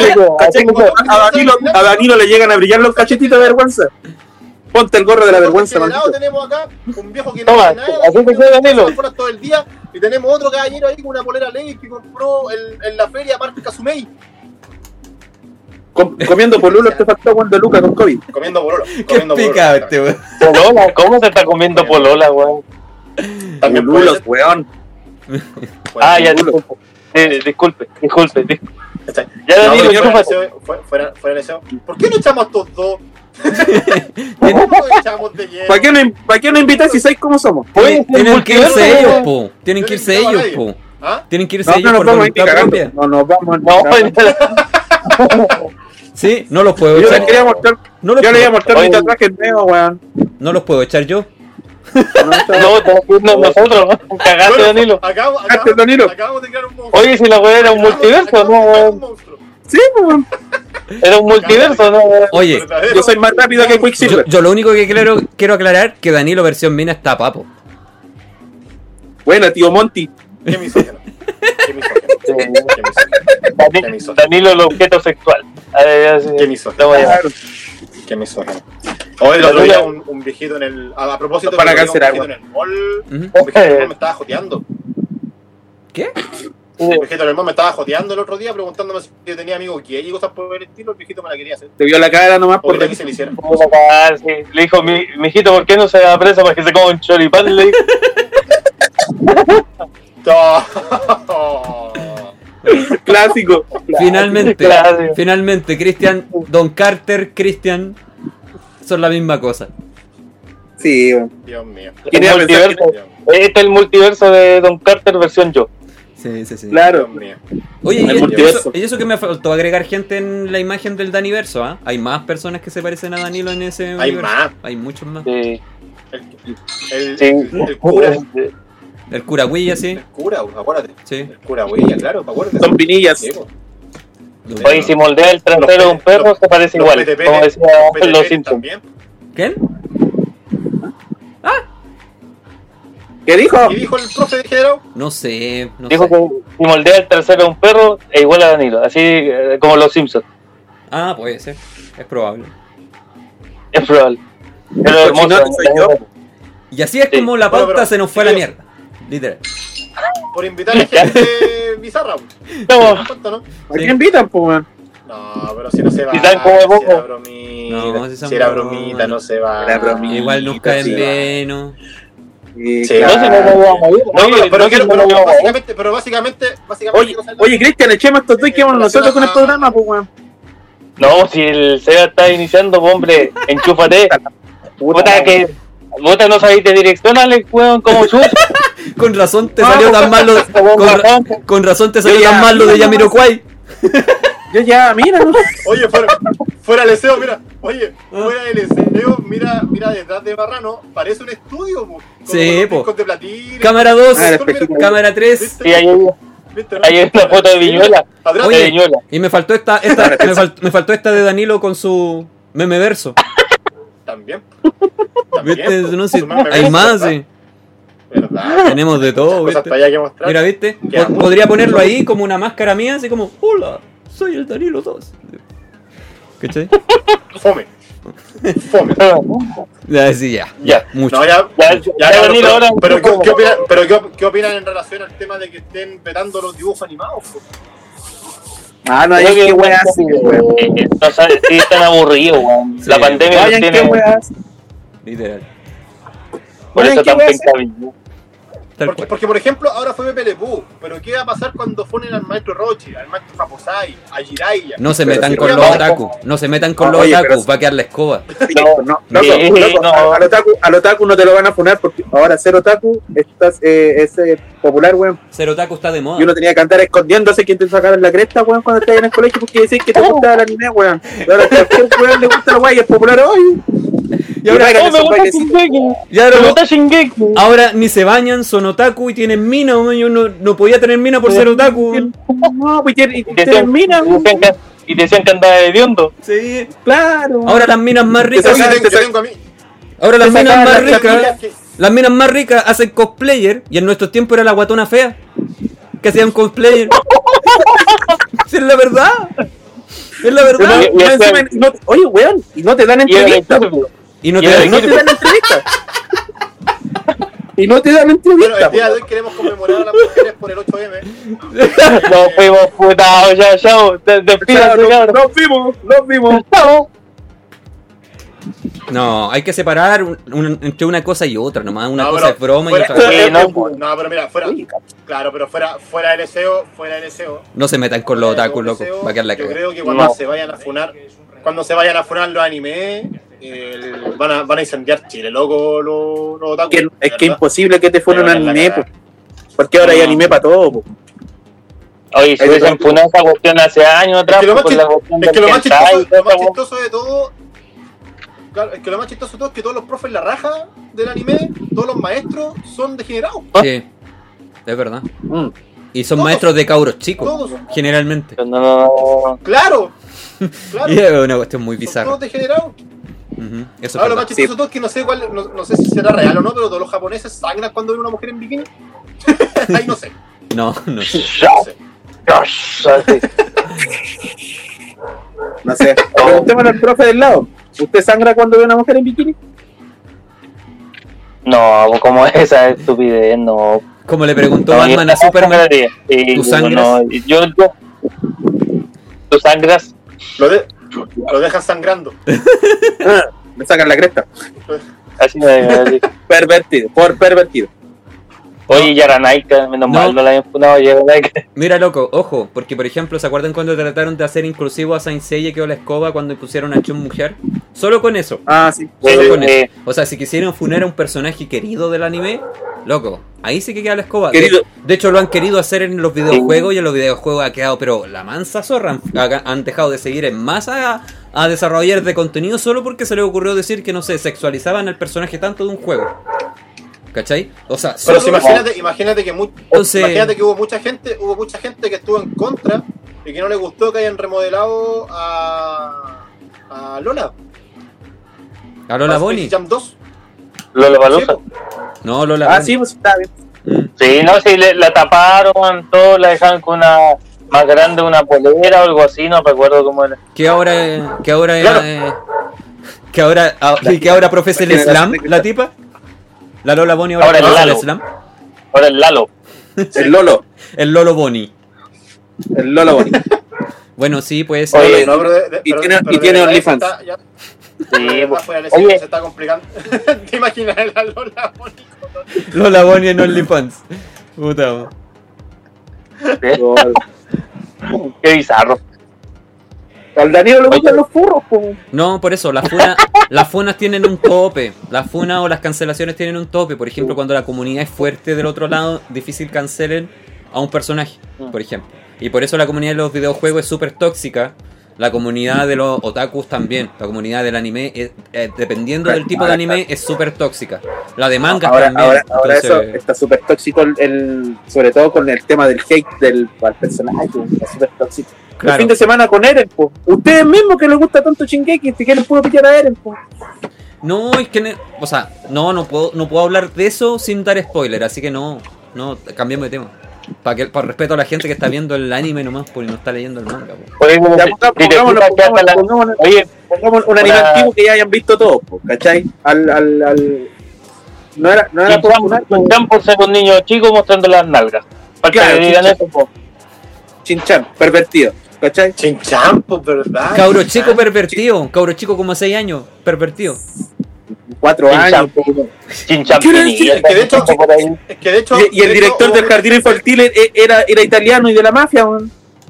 A Danilo le llegan a brillar los cachetitos de vergüenza. Ponte el gorro de la vergüenza, maldito. maldito. Tenemos acá un viejo que no Toma, hace nada, así te queda, Danilo. fuera todo el día, y tenemos otro caballero ahí con una polera Levi's que compró en la feria marca Sumei, Comiendo polulos te faltó cuando Lucas con COVID. comiendo pololo. Qué picado este, weón. Polola, ¿cómo se está comiendo polola, weón? También puede Polulos, ser. weón. Ah, ya, Polulos. disculpe. ¿Cachai? Ya, No, Danilo, pero enchúfate. fuera del deseo. ¿Por qué no echamos a estos dos? ¿Por qué no los echamos de lleno? ¿Para qué no invitas si sabes cómo somos? Oye, Tienen que irse multiverso, ellos, weón. po. Tienen que irse Yo no ellos, invitaba a po. ¿Ah? Tienen que irse No, ellos no por nos vamos a ir voluntad cagando. propia. No nos vamos No, Sí, no los puedo Yo les echar. quería mostrar. No los Yo le iba a puedo, mostrar mi Oye. tatuaje nuevo, weón. no los puedo echar yo. no, nosotros, cagaste, Bueno, Danilo. Danilo. Acabamos de crear un monstruo. Oye, si la weá era un multiverso, Acabamos ¿no, de crear un weón? monstruo. Sí, weón. Era un multiverso, ¿no, weón? Oye, Verdadero. Yo soy más rápido que Quicksilver. yo lo único que quiero aclarar que Danilo versión mina está papo. Buena, tío Monty. Qué misógino. Qué misógino. Danilo, el objeto sexual. A ver, ya, Qué sí. misógino. No, vaya. Claro. Qué misógino. Hoy el otro día un viejito en el... A propósito Para del cancelar, viejito en el mall... Ujú. Un viejito en el mall me estaba joteando. ¿Qué? Un viejito en el mall me estaba joteando el otro día preguntándome si yo tenía amigos gay y cosas por el estilo. El viejito me la quería hacer. Te vio la cara nomás por Podría que se le hiciera. Sí. Le dijo, mijito, ¿por qué no se va preso para que se coma un choripán? Le dijo. clásico. Finalmente, Christian, Don Carter, Christian son la misma cosa. Sí, weón. Dios mío. Quería El pensar multiverso. Este es el multiverso de Don Carter versión yo. Sí. Claro. Dios mío. Oye, El y multiverso. eso que me faltó agregar gente en la imagen del Daniverso, ¿ah? Hay más personas que se parecen a Danilo en ese Hay universo. más. Hay muchos más. Sí. El Sí. cura. El Curahuilla, sí. El cura, acuérdate. Sí. El cura huella, claro, acuérdate. Son pinillas. Sí, po. Oye, si moldea el trasero de un perro, se parece igual. PTP, Como decía PTP los Simpsons. también. ¿Quién? ¿Qué dijo? ¿Qué dijo el profe de General? No sé. No Dijo sé. que si moldea el trasero de un perro, es igual a Danilo. Así como los Simpsons. Ah, puede ser. Es probable. Es probable. Pero El hermoso. cochinote soy yo. Y así es Sí. como la Bueno, pauta pero, se nos fue a la chiquillos. mierda. Literal. Por invitar a gente bizarra. po. No, ¿Cuánto, no? ¿A quién invitan, pues, weón? No, pero si no se va. Si saben cómo es si poco. era bromita. No, si son si era bromas. bromita, no se va. Era bromita. Igual nos caen sí. bien, ¿no? Sí, Sí, no, si no claro. lo vamos a ir. No, Oye, pero no, quiero, si no lo vamos a ir. básicamente Oye, oye, Cristian, echemos estos dos y quedémonos nosotros con el programa, pues, weón. No, si el Seba está iniciando, pues, hombre, enchúfate. Puta que. Puta, no sabéis de dirección, Alex, weón, como chucha. Con razón te salió tan mal lo de, con razón te salió Yo ya- tan mal lo de Yamiroquai. Yo ya, mira, no. Oye, fuera el deseo, mira. Oye, fuera del deseo, mira detrás de Barrano, parece un estudio, po. Sí, con po. picos de platino. Cámara 2, Ah, el espejito. cámara 3. ¿Viste? Sí, hay ¿Viste, no? hay una foto de Viñuela. Atrás Oye, De Viñuela. y me faltó me faltó esta de Danilo con su meme verso. también. ¿Viste? po. No sé, Su meme hay verso, más, ¿verdad? sí. ¿Verdad? Tenemos de todo, Cosas ¿viste? para allá que mostrar. Mira, ¿viste? Queda Podría mucho. ponerlo ahí como una máscara mía, así como, hola, soy el Danilo 2. ¿Cachai? Fome. Fome. Ya, sí, ya. Ya. Mucho. No, Ya, Danilo, ahora- ¿qué opinan en relación al tema de que estén vetando los dibujos animados? Po? Ah, no, Creo hay que que weas, sí, weón. no sabes, sí, están aburridos, weón. Sí. La pandemia los Vayan, qué tiene. weas. Literal. Por Oye, eso ¿qué están weas? pencabillos. Tal cual. Porque, por ejemplo, ahora fue Pepe Le Pew, pero ¿qué va a pasar cuando ponen al maestro Rochi, al maestro Raposai, a Jiraiya? No se Pero metan sí, con oye, los vamos. otaku. No se metan con Ah, los oye, pero otaku. sí. Va a quedar la escoba. No, loco, Sí, loco, no. al otaku no te lo van a poner porque ahora ser otaku es popular, weón. Ser otaku está de Y moda. uno tenía que andar escondiéndose quien te sacaron la cresta, weón, cuando estabas en el colegio porque decís que te gustaba el anime, weón. Y ahora a cualquier weón le gusta la weá y es popular hoy. Y ahora Oh, me esos gusta bailecitos. Shingeki. Y ahora, Me gusta Shingeki. ahora ni se bañan, son otaku y tienen mina. weón. Yo no podía tener mina por ser otaku. weón. No, pues Y te tienen mina, weón. y te decían que andaba hediondo. Sí. Claro. Ahora las minas más ricas. Yo Oye, tengo a mí. Ahora las te minas sacaban más la ricas. Mira, Las minas más ricas hacen cosplayer. Y en nuestros tiempos era la guatona fea que hacían cosplayer. Sí, es la verdad. Es la Pero verdad. Y encima, oye, weón, y no te dan Y era entrevistas. estúpido. Y no y era te No te dan entrevistas. Y no te dan Bueno, entrevistas. el día de hoy queremos conmemorar a las mujeres por el 8M. Nos fuimos putados, ya, chao. Despídase, cabrón. Nos vimos. Chao. No, hay que separar entre una cosa y otra nomás. Una No, cosa pero es broma y fuera- otra Sí, No, pero mira, claro, pero fuera del deseo, no se metan con los fuera del otakus, loco. deseo, Va a quedar la yo cagada. creo que cuando No. se vayan a funar los animes, van a incendiar Chile, loco, los otakus. Es que ¿verdad? imposible que te fuera un Me van a anime, cagar. po. Porque ahora hay anime para todo, po. Oye, si Ahí hubiesen está. funado esa cuestión hace años atrás, Es que lo más por la cuestión Es que del lo más hentai y chistoso, toda esa chistoso de todo, claro, es que lo más chistoso de todo es que todos los profes la raja del anime, todos los maestros son degenerados. Sí, es verdad. Mm. Y son Todos. maestros de cabros chicos, Todos. generalmente. cuestión. No. Claro, claro, Y es una cuestión muy son bizarra. todos degenerados. Ujú, eso es Ahora lo más verdad. chistoso de todo es que no sé no sé si será real o no, pero todos los japoneses sangran cuando ven una mujer en bikini. Ahí no sé, No, no sé. no sé. No sé. Preguntémosle al profe del lado. ¿Usted sangra cuando ve a una mujer en bikini? No, como esa estupidez, no. Como le preguntó No, Batman yo- a Superman. Sí, ¿Tú sangras? no, ¿Tú sangras? Lo dejan sangrando. Me sacan la cresta. Así Pervertido, por pervertido. Oye, Yaranaika, menos mal, no la habían funado Yaranaika. Mira, loco, ojo, porque por ejemplo, ¿se acuerdan cuando trataron de hacer inclusivo a Saint Seiya que quedó la escoba cuando pusieron a Chun mujer? Solo con eso. Ah, sí. Solo con eso. O sea, si quisieran funar a un personaje querido del anime, loco, ahí sí que queda la escoba. Querido. De hecho, lo han querido hacer en los videojuegos y en los videojuegos ha quedado, pero la mansa zorra. Han dejado de seguir en masa a desarrolladores de contenido solo porque se les ocurrió decir que, no sé, sexualizaban al personaje tanto de un juego. ¿Cachai? O sea, Pero solo- si imagínate que Entonces- imagínate que hubo mucha gente que estuvo en contra y que no le gustó que hayan remodelado a Lola. a Lola Bonnie. Space Jam 2. Lola Palusa. Sí, po. No, Lola Ah, Bonnie. sí, pues está bien. Mm. Sí, no, sí, la taparon, todo, la dejaron con una más grande, una polera o algo así, no recuerdo cómo era. Que ahora Claro. que ahora profesa el slam, la tipa. La Lola Bonnie ahora Ahora el profesa el Lalo. slam. Ahora el Lalo. El Lolo. El Lolo Bonnie. El Lolo bonito. Bueno, sí, pues. Oye, No, pero y tiene de verdad OnlyFans. está- ya- Sí, de verdad, pues. fuera de lesión, Oye, se está complicando. ¿Te imaginas a Lola Bonnie? Lola Bonnie en OnlyFans. Puta. qué bizarro. Al Danilo le gustan los furros, po. No, por eso, las funas tienen un tope. Las funas o las cancelaciones tienen un tope. Por ejemplo, cuando la comunidad es fuerte del otro lado, difícil cancelen a un personaje, por ejemplo. Y por eso la comunidad de los videojuegos es súper tóxica. La comunidad de los otakus también. La comunidad del anime, dependiendo del tipo de anime, es súper tóxica. La de mangas también. Ahora Entonces, eso está súper tóxico, sobre todo con el tema del hate al personaje, está súper tóxico. Claro. El fin de semana con Eren, po. Ustedes mismos que les gusta tanto Shingeki, ¿qué les puedo pillar a Eren, po? No, es que... O sea, no puedo hablar de eso sin dar spoiler. Así que no, cambiemos de tema. Para respeto a la gente que está viendo el anime nomás, porque no está leyendo el manga. Po. Oye, Ya, si te pongámoslo, fijas que hasta la- pongámoslo. Oye, Pongamos un anime Ahora- antiguo que ya hayan visto todos, po, ¿cachai? No era popular, Chin-chan por ser un niño chico mostrando las nalgas. Falta Claro, que digan Chin-chan. eso, po. Chin-chan, pervertido, ¿cachai? Chinchampo, ¿verdad? Cabro chico pervertido. Cabro chico como 6 años. Pervertido. 4 Chin-chan. años, po. Chin-chan ¿Qué era Pini, el- que de hecho- por ahí. Es que de hecho. Y el de director hecho, del jardín infantil era italiano y de la mafia, weón.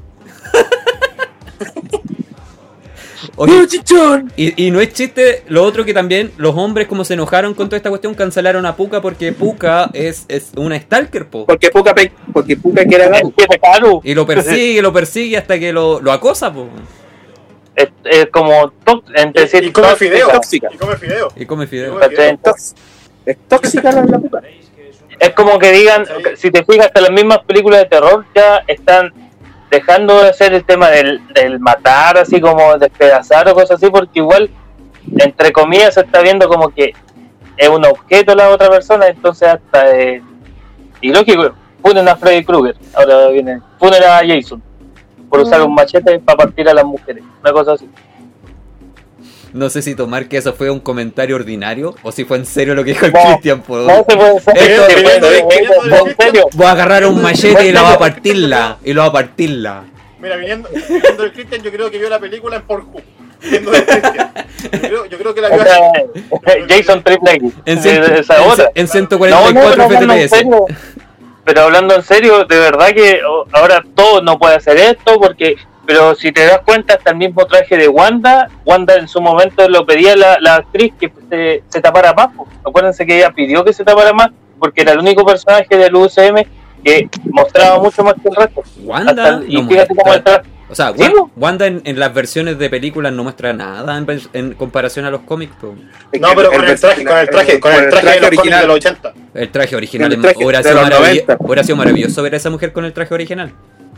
Oye, chichón! y no es chiste, lo otro que también los hombres como se enojaron con toda esta cuestión cancelaron a Puka porque Puka es una stalker, po. Porque Puka quiere ganar. Es que es caro. Y lo persigue hasta que lo acosa, po. Es como entre Y come fideo. tóxica. Y come fideo. Y come fideo. Es tóxica la puta. Es como que digan, si te fijas, hasta las mismas películas de terror ya están dejando de hacer el tema del matar, así como despedazar o cosas así, porque igual, entre comillas, se está viendo como que es un objeto la otra persona, entonces hasta... y lógico, funen a Freddy Krueger, ahora viene, funen a Jason, por usar un machete para partir a las mujeres, una cosa así. No sé si tomar que eso fue un comentario ordinario o si fue en serio lo que dijo el No, Cristian, po. No se puede ser, Esto- se puede ser, esto- en serio. Voy a agarrar un machete y lo voy a partirla. Y lo voy a partirla. Mira, viniendo del Christian, yo creo que vio la película en Pornhub. Viendo del Christian. Yo creo que la O vio sea, así. Jason Triple X, En, esa otra. en No, 144 pero hablando en FPS. serio, pero hablando en serio, de verdad que ahora todo no puede hacer esto, pero si te das cuenta, hasta el mismo traje de Wanda en su momento lo pedía la actriz que se tapara más. Pues. Acuérdense que ella pidió que se tapara más, porque era el único personaje del UCM que mostraba mucho más que el resto. Wanda Y no fíjate cómo muestra. está. O sea, ¿Sí, no? Wanda en las versiones de películas no muestra nada en comparación a los cómics. Po. No, pero con el traje de los cómics de los 80. El traje original El traje hubiera de sido los 90. maravilloso ver a esa mujer con el traje original.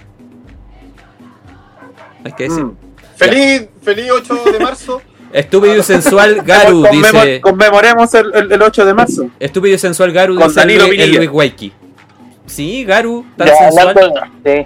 Hay que decir. Feliz 8 de marzo. Estúpido y sensual Garu dice. Conmemoremos el 8 de marzo. Estúpido y sensual Garu Con dice Danilo el Pinilla. Luis Waiki. Sí, Garu, tan Ya, sensual. hablando, sí.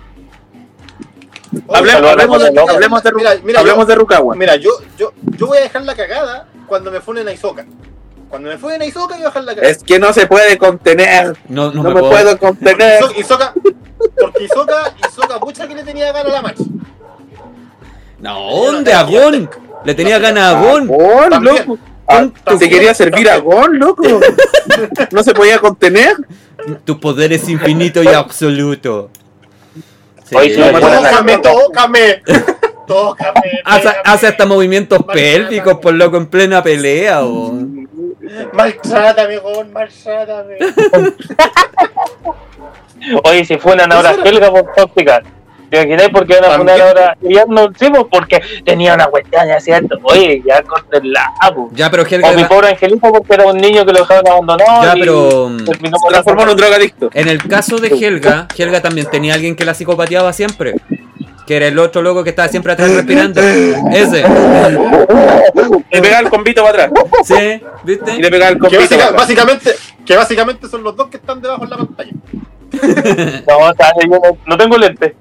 Hablemos de Rukawa. Mira, yo voy a dejar la cagada cuando me funen a Hisoka. Cuando me funen a Hisoka, yo voy a dejar la cagada. Es que no se puede contener. No No me puedo contener. Porque Hisoka, pucha que le tenía ganas a la marcha. No, ¿dónde? A Gon. Le tenía ganas a Gon. Gon, También. loco. También. Se quería servir a Gon, loco. No se podía contener. Tu poder es infinito y absoluto. Sí. Oye, sí, me acuerdo. Tócame. Hace hasta movimientos pélvicos, por loco, en plena pelea. O... Maltrátame, Gon, maltrátame. Oye, si fueran ahora Helga por tóxica, ¿Te imaginas por qué van a poner ahora? Ya no, sí, pues, porque tenía una cuestión, ya cierto. Oye, ya cortenla, pues. Ya, pero Helga. O mi pobre angelito porque era un niño que lo dejaron abandonado. Ya, y pero. terminó Se por transformó en un drogadicto. En el caso de Helga también tenía alguien que la psicopateaba siempre. Que era el otro loco que estaba siempre atrás respirando. Ese. Le pegaba el combito para atrás. Sí, ¿viste? Y le pegaba el Que combito para atrás. básicamente son los dos que están debajo en la pantalla. No, o sea, yo no tengo lente.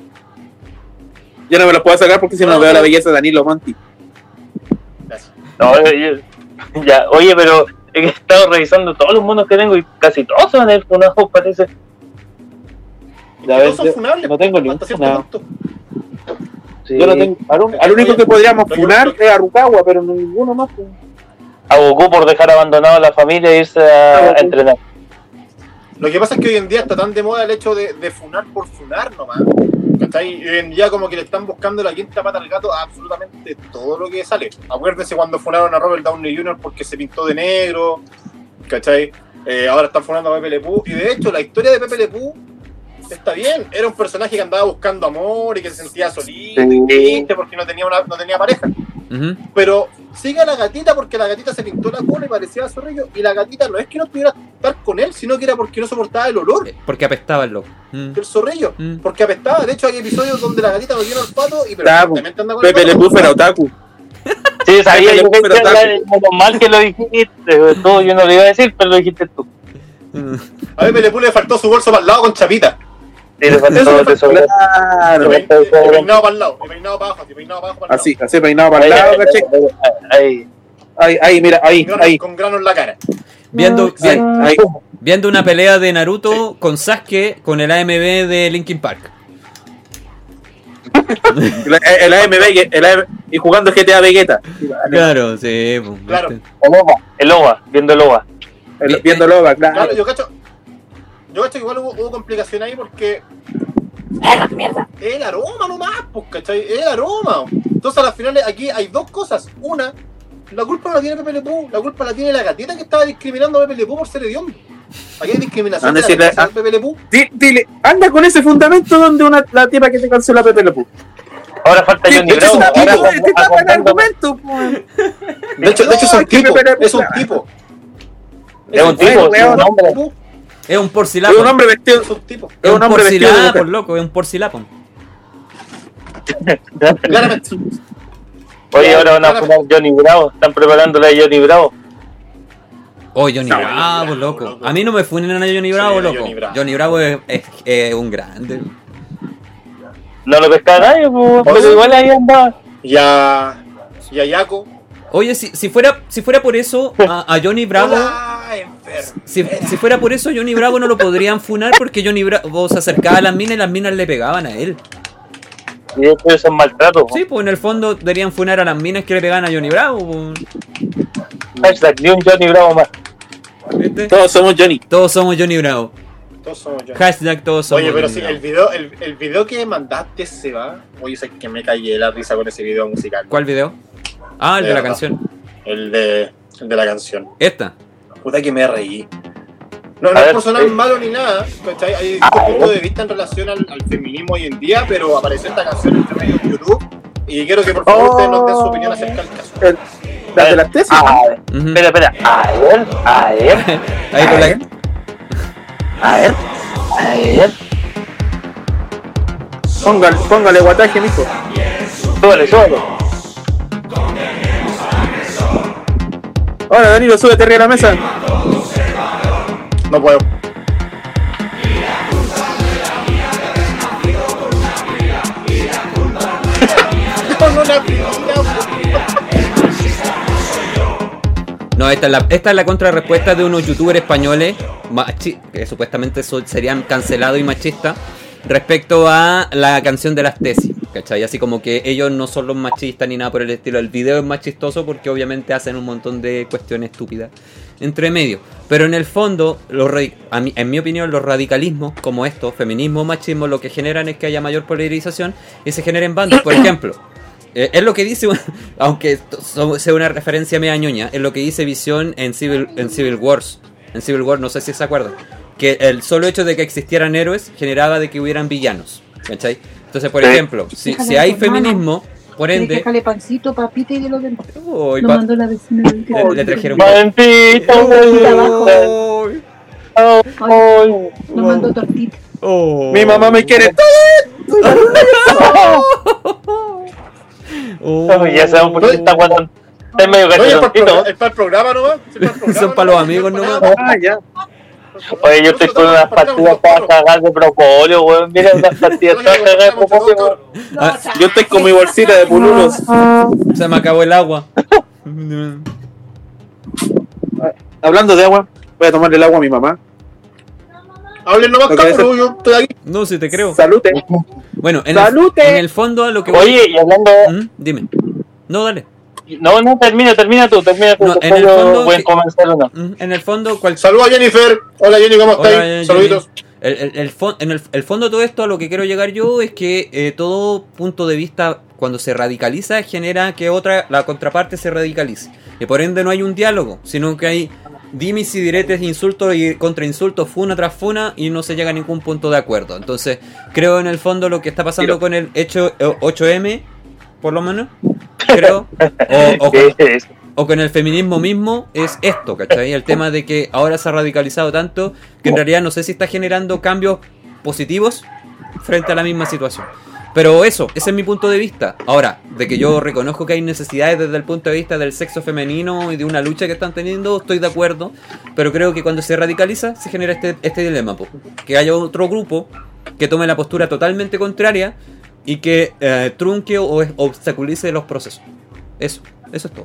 Yo no me los puedo sacar porque si no veo la belleza de Danilo Monti. Gracias. No, ya, oye, pero he estado revisando todos los monos que tengo y casi todos se van a ir funados, parece. Ya ves, son funables, no tengo ni un hasta cierto funado. punto. Sí. Yo no tengo. Al único que podríamos funar es a Rukawa, pero ninguno más. Pues. A Goku por dejar abandonado a la familia e irse a entrenar. Lo que pasa es que hoy en día está tan de moda el hecho de funar por funar nomás. ¿Cachai? Y hoy en día como que le están buscando la quinta pata al gato a absolutamente todo lo que sale. Acuérdense cuando funaron a Robert Downey Jr. porque se pintó de negro. ¿Cachai? Ahora están funando a Pepe Le Pew. Y de hecho la historia de Pepe Le Pew está bien. Era un personaje que andaba buscando amor y que se sentía solito y triste porque no tenía pareja. Uh-huh. Pero sigue a la gatita porque la gatita se pintó la cola y parecía zorrillo. Y la gatita no es que no pudiera estar con él, sino que era porque no soportaba el olor Porque apestaba el loco. del zorrillo. Mm. Porque apestaba. De hecho, hay episodios donde la gatita no tiene olfato y Claro, perfectamente anda con el Pepe Le olfato. Pew era otaku. Sí, sabía yo que Pero era menos mal que lo dijiste. Todo yo no lo iba a decir, pero lo dijiste tú. A Pepe Le Pew le faltó su bolso para el lado con chapita. Sí, le faltó todo de sobre. Claro. Y peinado para el lado, y peinado para abajo, y peinado para abajo para el lado. Así peinado para el lado, caché. Ahí. Ahí, mira, ahí. Con grano en la cara. Ahí. Viendo una pelea de Naruto con Sasuke con el AMB de Linkin Park. El AMB y jugando GTA Vegeta. Claro, sí. Pues, Claro. ¿viste? El OVA, viendo el OVA. Viendo Loba, Claro, claro. yo cacho que igual hubo complicación ahí porque es el aroma nomás, pues, ¿cachai? Es el aroma. Entonces, al final, aquí hay dos cosas. Una, la culpa no la tiene Pepe Le Pew, la culpa la tiene la gatita que estaba discriminando a Pepe Le Pew por ser hediondo. Aquí hay discriminación de la raza de Pepe Le Pew. Dile, anda con ese fundamento donde la tipa que te canceló a Pepe Le Pew. Ahora falta Johnny Es un Bravo. tipo, Ahora te tapa el argumento, pues. De hecho es un tipo. Es un tipo. Es un tipo, es un hombre. Es un Es porcilapo. un hombre vestido. Es un tipo. Es un hombre vestido de porcilapo, mujer. loco, es un porcilapo. Claramente. Oye, ahora van a poner Johnny Bravo. Están preparando la de Johnny Bravo. Oh, Johnny No, Bravo, Bravo, loco. loco. A mí no me funen a Johnny Bravo, Sí, loco. Johnny Bravo. Es un grande. No lo pescaba nadie, pues, pero igual ahí andaba. Y a Yaco. Oye, si fuera por eso, a Johnny Bravo. Hola, enfermo. Si fuera por eso, Johnny Bravo no lo podrían funar porque Johnny Bravo se acercaba a las minas y las minas le pegaban a él. Y después esos maltratos. Sí, pues en el fondo deberían funar a las minas que le pegaban a Johnny Bravo. Pues. Hashtag, ni un Johnny Bravo más. ¿Viste? Todos somos Johnny. Todos somos Johnny Bravo. Todos somos yo. Hashtag todos somos Oye, pero Johnny sí, Bravo. el video que mandaste se va. Oye, sé que me caí de la risa con ese video musical. ¿Cuál video? Ah, el de la verdad. canción. El de la canción. Esta. Puta que me reí. No A es ver, por sonar malo ni nada, ¿cachai? Hay distintos puntos de vista en relación al feminismo hoy en día, pero apareció esta canción entre medio de YouTube y quiero que por favor ustedes nos den su opinión acerca del caso. ¿La de las tesis? A ver, Ujú. espera. A ver. Ahí con la. A ver. Póngale guataje, mijo. Súbale. Ahora, Danilo, súbete arriba de la mesa. No puedo. Con una pila. No, esta es la contrarrespuesta de unos youtubers españoles que supuestamente serían cancelados y machistas respecto a la canción de las tesis, ¿cachai? Así como que ellos no son los machistas ni nada por el estilo. El video es más chistoso porque obviamente hacen un montón de cuestiones estúpidas entre medio. Pero en el fondo, en mi opinión, los radicalismos como estos, feminismo, machismo, lo que generan es que haya mayor polarización y se generen bandos. Por ejemplo, es lo que dice, aunque sea una referencia media ñoña, es lo que dice Visión en Civil Wars. En Civil War, no sé si se acuerdan, que el solo hecho de que existieran héroes generaba de que hubieran villanos, ¿cachai? Entonces, por Sí. ejemplo, si Déjale hay a tu hermano. feminismo, por Tienes que ende, dejarle pancito, papita y de los demás. uy, Lo mandó la vecina del le trajeron Maldito, abajo. Uy, Ay, Lo mandó tortita. oh. Mi mamá me quiere Oh. ya sabemos por qué está guardando. Está medio Oye, cachetoncito. es para el programa nomás. Es para el programa Son para los nomás, amigos no es nomás. para nada. Ah, ya. Oye, yo estoy con unas pastillas para cagar de propóleo, weón. Mira unas pastillas para cagar de propóleo. Ah, Yo estoy con mi bolsita de pululos. se me acabó el agua. Hablando de agua, voy a tomarle el agua a mi mamá. Hablen nomás, Lo que cabrón, yo estoy aquí. No, si te creo. Salute. Bueno, ¡Salute! en el fondo a lo que Oye, y hablando. Dime. No, dale. No, termina tú. No, después en el yo fondo voy a que- comenzar uno. En el fondo, Saludos a Jennifer. Hola Jenny, ¿cómo Hola, estáis? Jenny. Saluditos. El fondo de todo esto, a lo que quiero llegar yo, es que todo punto de vista, cuando se radicaliza, genera que la contraparte se radicalice. Y por ende no hay un diálogo, sino que hay dimis y diretes, insultos y contrainsultos, funa tras funa, y no se llega a ningún punto de acuerdo. Entonces, creo en el fondo lo que está pasando con el hecho 8M, por lo menos, creo, ¿Qué es eso? o con el feminismo mismo, es esto, ¿cachai? El tema de que ahora se ha radicalizado tanto que en realidad no sé si está generando cambios positivos frente a la misma situación. Pero ese es mi punto de vista. Ahora, de que yo reconozco que hay necesidades desde el punto de vista del sexo femenino y de una lucha que están teniendo, estoy de acuerdo. Pero creo que cuando se radicaliza, se genera este dilema, po. Que haya otro grupo que tome la postura totalmente contraria y que trunque o obstaculice los procesos. Eso es todo.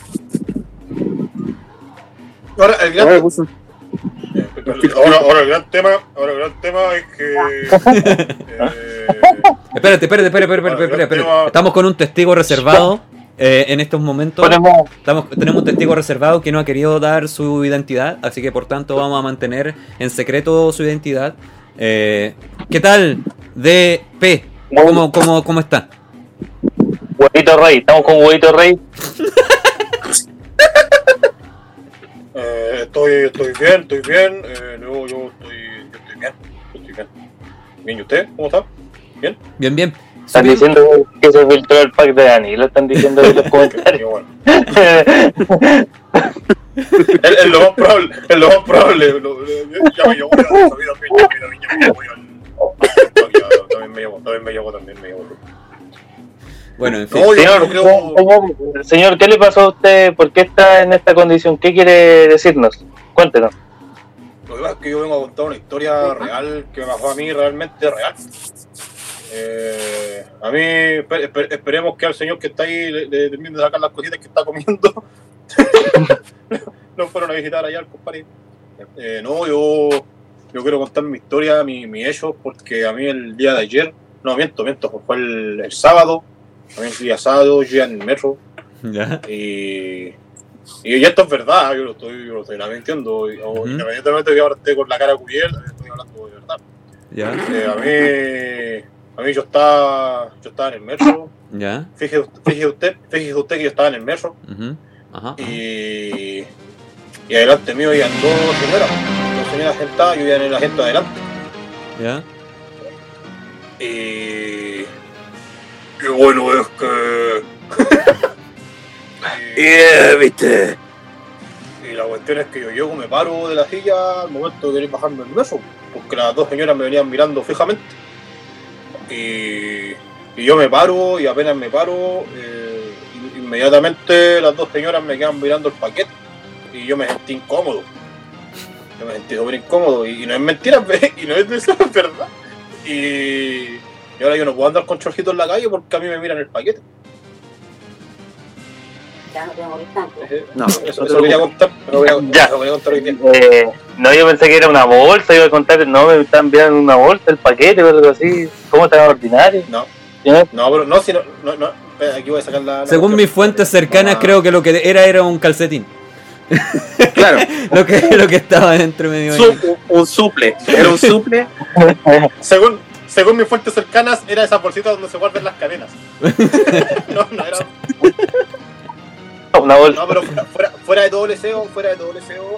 Ahora el gran, Ahora me puso- ahora el gran tema es que Espérate. Estamos con un testigo reservado en estos momentos. Tenemos un testigo reservado que no ha querido dar su identidad, así que por tanto vamos a mantener en secreto su identidad. ¿Qué tal, DP? ¿Cómo está? Huevito Rey, estamos con Huevito Rey. estoy bien, yo estoy bien. Bien, ¿y usted? ¿Cómo está? ¿Bien? Bien. Están diciendo que se filtró el pack de Dani, lo están diciendo en los comentarios. Qué bueno. Es lo más probable. Ya me llevó también me llevó. Bueno, en fin. No, yo no creo. Señor, ¿qué le pasó a usted? ¿Por qué está en esta condición? ¿Qué quiere decirnos? Cuéntenos. Lo que pasa es que yo vengo a contar una historia real que me pasó a mí, realmente real. A mí, esperemos que al señor que está ahí le termine de sacar las cositas que está comiendo. No fueron a visitar allá al compadre. No, yo quiero contar mi historia, mi hecho, porque a mí el día de ayer, no, miento, fue el sábado. A mí el día sábado, yo iba en el metro. Ya. Y esto es verdad, yo lo estoy mintiendo. Independientemente de que ahora esté con la cara cubierta, estoy hablando de verdad. Ya. A mí yo estaba en el metro. Ya. Fíjese usted que yo estaba en el metro. Ujú. Ajá. Y adelante mío iban dos señoras sentadas, yo iba en el asiento adelante. Ya. Y bueno, es que viste. y la cuestión es que yo llego, me paro de la silla al momento de querer bajarme el metro, porque las dos señoras me venían mirando fijamente. Y yo me paro, y apenas me paro, inmediatamente las dos señoras me quedan mirando el paquete y yo me sentí incómodo. Yo me sentí súper incómodo y no es mentira, y no es verdad. Y ahora yo no puedo andar con chorcitos en la calle porque a mí me miran el paquete. Ya no te morir tanto. No, Eso lo quería contar. Ya. Lo quería contar hoy día. No, yo pensé que era una bolsa, iba a contar, no, me están enviando una bolsa, el paquete o algo así. ¿Cómo tan ordinario? No, ¿Ya? no, pero no, si no, espera, aquí voy a sacar la Según mis fuentes cercanas, creo que lo que era un calcetín. Claro. lo que estaba dentro medio ahí. Un suple. Era un suple. Según mis fuentes cercanas, era esa bolsita donde se guardan las cadenas. No era. Una bolsa. No, pero fuera de todo deseo,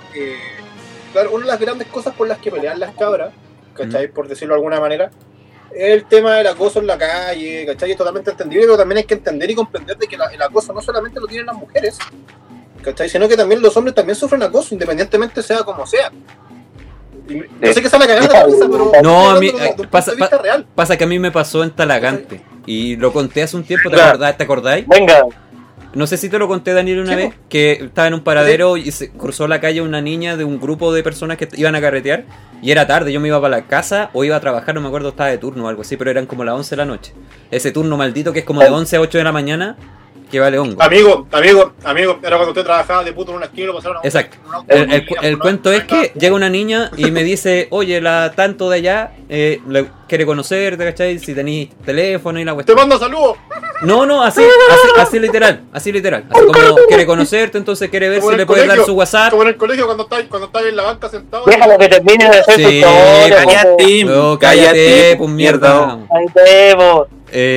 claro, una de las grandes cosas por las que pelean las cabras, ¿cachai? Por decirlo de alguna manera, el tema del acoso en la calle, ¿cachai? Es totalmente entendible, pero también hay que entender y comprender de que el acoso no solamente lo tienen las mujeres, ¿cachai? Sino que también los hombres también sufren acoso, independientemente sea como sea. Y yo sé que se la cagaron de la risa, pero No, a mí desde un pasa, punto de vista real. pasa que a mí me pasó en Talagante y lo conté hace un tiempo, Claro. ¿te acordáis? Venga, No sé si te lo conté, Daniel, una Sí, vez, que estaba en un paradero y se cruzó la calle una niña de un grupo de personas que iban a carretear y era tarde, yo me iba para la casa o iba a trabajar, no me acuerdo, estaba de turno o algo así, pero eran como las 11 de la noche. Ese turno maldito que es como de 11 a 8 de la mañana, que vale hongo. Amigo, era cuando usted trabajaba de puto en una esquina y lo pasaron a un- Exacto. un auto, El cuento es que llega una niña y me dice, oye, la tanto de allá le quiere conocerte, ¿cachai? Si tenéis teléfono y la Te cuestión. mando saludos. No, así literal. Así como quiere conocerte, entonces quiere ver Como si en le el puedes dar colegio, su WhatsApp. Como en el colegio cuando estás en la banca sentado. déjalo que termine de hacer su Sí, historia. cállate. Cállate, No, cállate, pues mierda. Ay, Temo.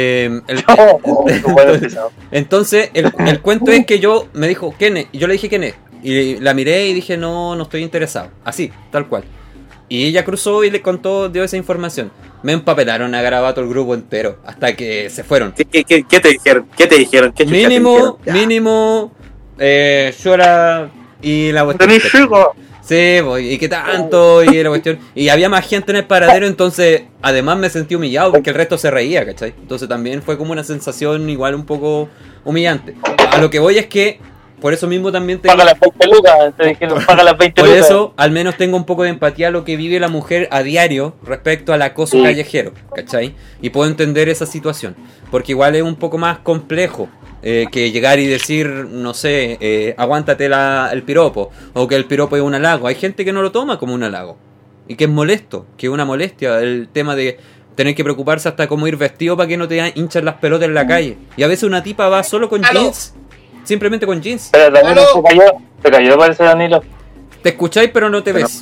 Bueno, empezado. Entonces, el cuento es que me dijo, ¿quién es? Y yo le dije, ¿quién es? Y la miré y dije, no estoy interesado. Así, tal cual. Y ella cruzó y le contó, dio esa información. Me empapelaron a Garabato el grupo entero, hasta que se fueron. ¿Qué te dijeron? ¿Qué te dijeron? ¿Qué chucha te dijeron? Mínimo, llora y la cuestión. Tenés chico. Sí, pues, y qué tanto, y la cuestión. Y había más gente en el paradero, entonces además me sentí humillado porque el resto se reía, ¿cachai? Entonces también fue como una sensación igual un poco humillante. A lo que voy es que, por eso mismo también tengo... Paga las 20 lucas. Te dijeron, paga las 20 Por lucas. eso, al menos tengo un poco de empatía a lo que vive la mujer a diario respecto al acoso Sí. callejero, ¿cachai? Y puedo entender esa situación, porque igual es un poco más complejo que llegar y decir, no sé, aguántate el piropo, o que el piropo es un halago. Hay gente que no lo toma como un halago, y que es molesto, que es una molestia, el tema de tener que preocuparse hasta cómo ir vestido para que no te hinchen las pelotas en la calle. Y a veces una tipa va solo con ¡Aló! jeans, simplemente con jeans. Pero también Aló. se cayó parece Danilo. Te escucháis pero no te ves.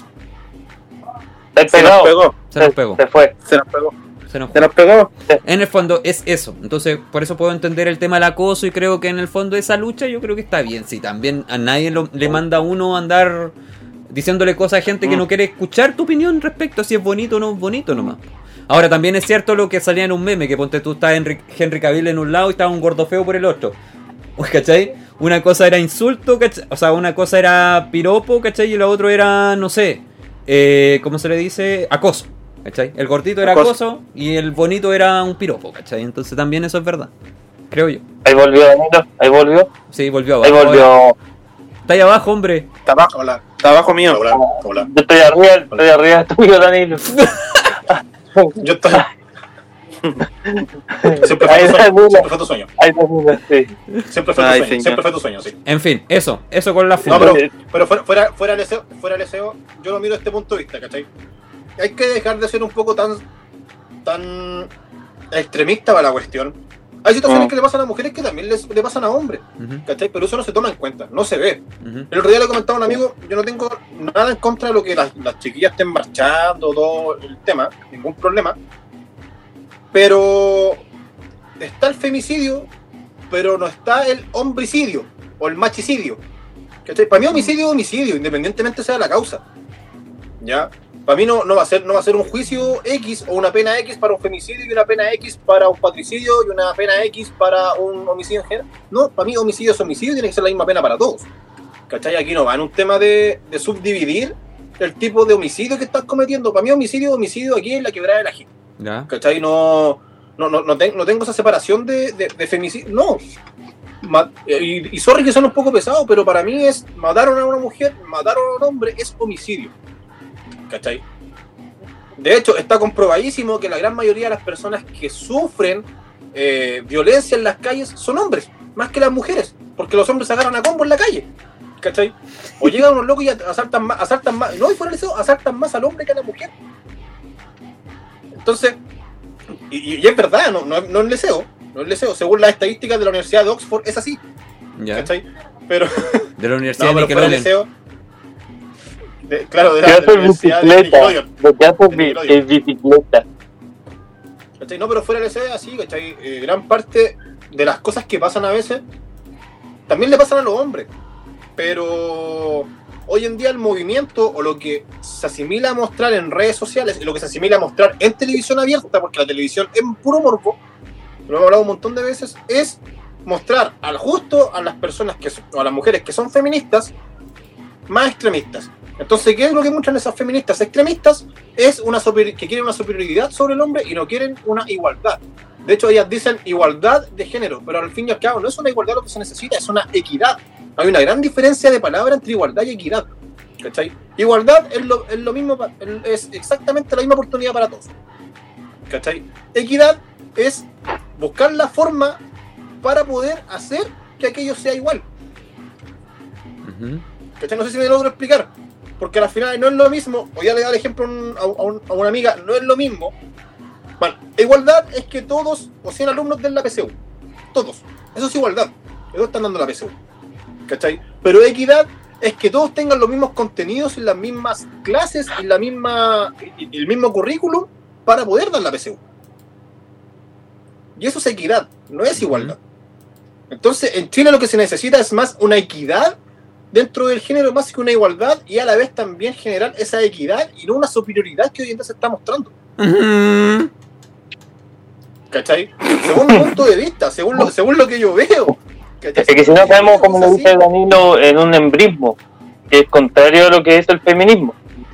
Te Se nos pegado. pegó. Se nos pegó. Se fue. Se nos pegó. Se nos Se fue. nos pegó. En el fondo es eso. Entonces, por eso puedo entender el tema del acoso y creo que en el fondo esa lucha yo creo que está bien. Si también a nadie le manda a uno a andar diciéndole cosas a gente que no quiere escuchar tu opinión respecto a si es bonito o no es bonito nomás. Ahora, también es cierto lo que salía en un meme, que ponte tú, estás Henry Cavill en un lado y estaba un gordo feo por el otro. ¿Cachai? Una cosa era insulto, ¿cachai? O sea, una cosa era piropo, ¿cachai? Y la otra era, no sé, ¿cómo se le dice? Acoso, ¿cachai? El gordito era acoso y el bonito era un piropo, ¿cachai? Entonces también eso es verdad, creo yo. Ahí volvió Danilo. Ahí volvió. Sí, volvió Ahí abajo. volvió. Está ahí abajo, hombre. Está abajo. Hola, Está abajo mío. hola. Yo estoy arriba tuyo, Danilo. Yo estoy. Siempre Ahí está, fue tu sueño. Ahí Danilo, sí. Siempre fue tu Ay, sueño. señor. Siempre fue tu sueño, sí. En fin, eso con la No, funda. pero fuera del deseo, yo lo miro desde este punto de vista, ¿cachai? Hay que dejar de ser un poco tan extremista para la cuestión. Hay situaciones que le pasan a mujeres que también le pasan a hombres, Ujú, ¿cachai? Pero eso no se toma en cuenta, no se ve. ujú. El otro día le comentaba a un amigo, yo no tengo nada en contra de lo que las chiquillas estén marchando, todo el tema, ningún problema. Pero está el femicidio, pero no está el homicidio o el machicidio. ¿Cachai? Para mí homicidio es homicidio, independientemente sea la causa. ¿Ya? Para mí no va a ser un juicio X o una pena X para un femicidio y una pena X para un patricidio y una pena X para un homicidio en general. No, para mí homicidio es homicidio y tiene que ser la misma pena para todos. ¿Cachai? Aquí no va en un tema de subdividir el tipo de homicidio que estás cometiendo. Para mí homicidio aquí es la quebrada de la gente. Ya. ¿Cachai? No tengo esa separación de femicidio. No. Y sorry que son un poco pesados, pero para mí es mataron a una mujer, mataron a un hombre, es homicidio. ¿Cachai? De hecho, está comprobadísimo que la gran mayoría de las personas que sufren violencia en las calles son hombres, más que las mujeres, porque los hombres se agarran a combo en la calle. ¿Cachai? O llegan unos locos y asaltan más, no, y fuera de eso, asaltan más al hombre que a la mujer. Entonces, y es verdad, no es leseo, según las estadísticas de la Universidad de Oxford es así, Ya. ¿cachai? Pero, De la Universidad no, de pero fuera de Nickelodeon. leseo, claro, de ¿Qué la hace Universidad de bicicleta? Nickelodeon, Lo que hace Nickelodeon. es bicicleta. ¿cachai? No, pero fuera de leseo es así, ¿cachai? Gran parte de las cosas que pasan a veces también le pasan a los hombres, pero hoy en día el movimiento o lo que se asimila a mostrar en redes sociales y lo que se asimila a mostrar en televisión abierta, porque la televisión es puro morbo, lo hemos hablado un montón de veces, es mostrar justo a las personas o a las mujeres que son feministas más extremistas. Entonces, ¿qué es lo que muestran esas feministas extremistas? Es que quieren una superioridad sobre el hombre y no quieren una igualdad. De hecho, ellas dicen igualdad de género, pero al fin y al cabo no es una igualdad lo que se necesita, es una equidad. Hay una gran diferencia de palabra entre igualdad y equidad, ¿cachai? Igualdad es lo mismo, es exactamente la misma oportunidad para todos, ¿cachai? Equidad es buscar la forma para poder hacer que aquello sea igual. ¿Cachai? No sé si me logro explicar, porque al final no es lo mismo. Hoy ya le da el ejemplo a una amiga, no es lo mismo. Bueno, igualdad es que todos, o 100 alumnos den la PSU, todos, eso es igualdad, todos están dando la PSU, ¿cachai? Pero equidad es que todos tengan los mismos contenidos y las mismas clases y el mismo currículum para poder dar la PSU. Y eso es equidad, no es igualdad. Entonces, en Chile lo que se necesita es más una equidad dentro del género, más que una igualdad, y a la vez también generar esa equidad y no una superioridad que hoy en día se está mostrando. ¿Cachai? Según mi punto de vista, según lo que yo veo. ¿Cachai? Es que si no sabemos, como lo dice Danilo, en un embrismo, que es contrario a lo que es el feminismo.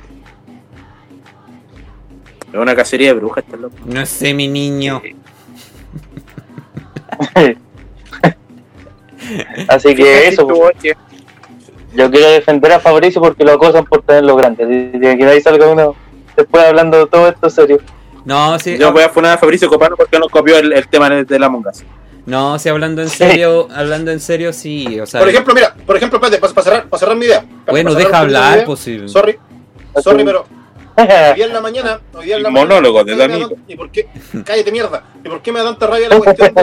Es una cacería de brujas, este loco. No sé, mi niño. Así que eso, yo quiero defender a Fabricio porque lo acosan por tenerlo grande. Si que ahí salga uno después hablando de todo esto serio. No, sí. Yo voy a funar a Fabricio Copano porque nos copió el tema de la Among Us. No, sí, hablando en serio, sí. O sea, por ejemplo, espérate, para cerrar mi idea. Bueno, deja hablar, posible. Sorry, pero hoy día en la mañana, monólogo de Danilo. ¿Y por qué? Cállate, mierda. ¿Y por qué me da tanta rabia la cuestión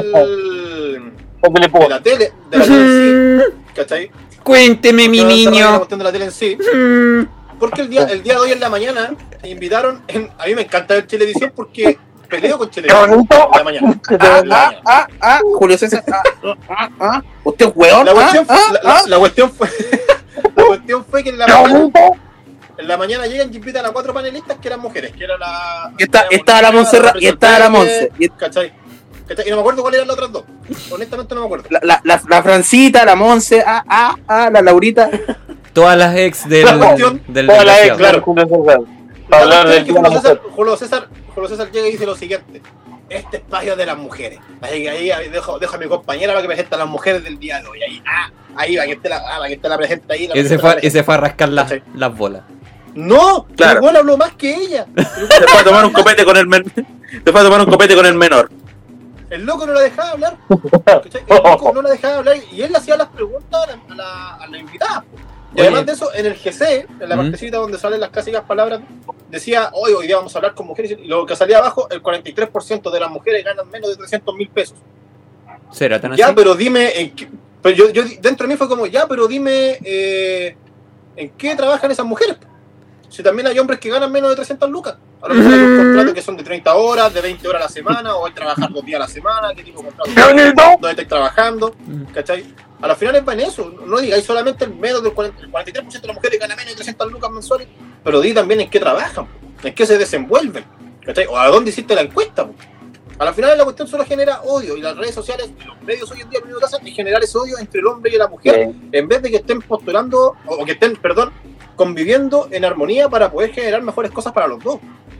de la tele en sí? ¿Cachai? Cuénteme, mi niño. La cuestión de la tele en sí. Porque el día de hoy en la mañana me invitaron, a mí me encanta ver televisión porque peleo con televisión en la mañana. Julio César. Usted es hueón. La cuestión fue que en la mañana llegan y invitan a 4 panelistas que eran mujeres, que era estaba la Montserrat y estaba la Monse. ¿Cachai? Y no me acuerdo cuáles eran las otras dos. Honestamente no me acuerdo. La Francita, la Monse, la Laurita. Todas las ex del todas las ex, claro. Para hablar del Julio César llega y dice lo siguiente: este espacio de las mujeres. Ahí dejo a mi compañera para que presente a las mujeres del día de hoy. Ahí va que esté la presente ahí. Y se fue a rascar las bolas. No, claro. El bueno habló más que ella. Se fue a tomar un copete con el menor. El loco no la dejaba hablar. ¿Cachai? El loco no la dejaba hablar y él le hacía las preguntas a la invitada. Y además de eso, en el GC, en la partecita donde salen las clásicas palabras, decía, hoy día vamos a hablar con mujeres, y lo que salía abajo, el 43% de las mujeres ganan menos de 300.000 pesos. ¿Será tan así? Ya, pero dime, pero yo dentro de mí fue como, ya, pero dime, ¿en qué trabajan esas mujeres? Si también hay hombres que ganan menos de 300 lucas. Ahora hay un contrato que son de 30 horas, de 20 horas a la semana, o hay que trabajar 2 días a la semana, ¿qué tipo de contrato? ¿Dónde estáis trabajando? ¿Cachai? A la final es para eso. No digáis solamente el menos del 43% de las mujeres ganan menos de 300 lucas mensuales, pero di también en qué trabajan, en qué se desenvuelven, ¿cachai? O a dónde hiciste la encuesta. A la final la cuestión solo genera odio, y las redes sociales y los medios hoy en día lo único que hacen es generar ese odio entre el hombre y la mujer, en vez de que estén postulando, o que estén, conviviendo en armonía para poder generar mejores cosas para los dos.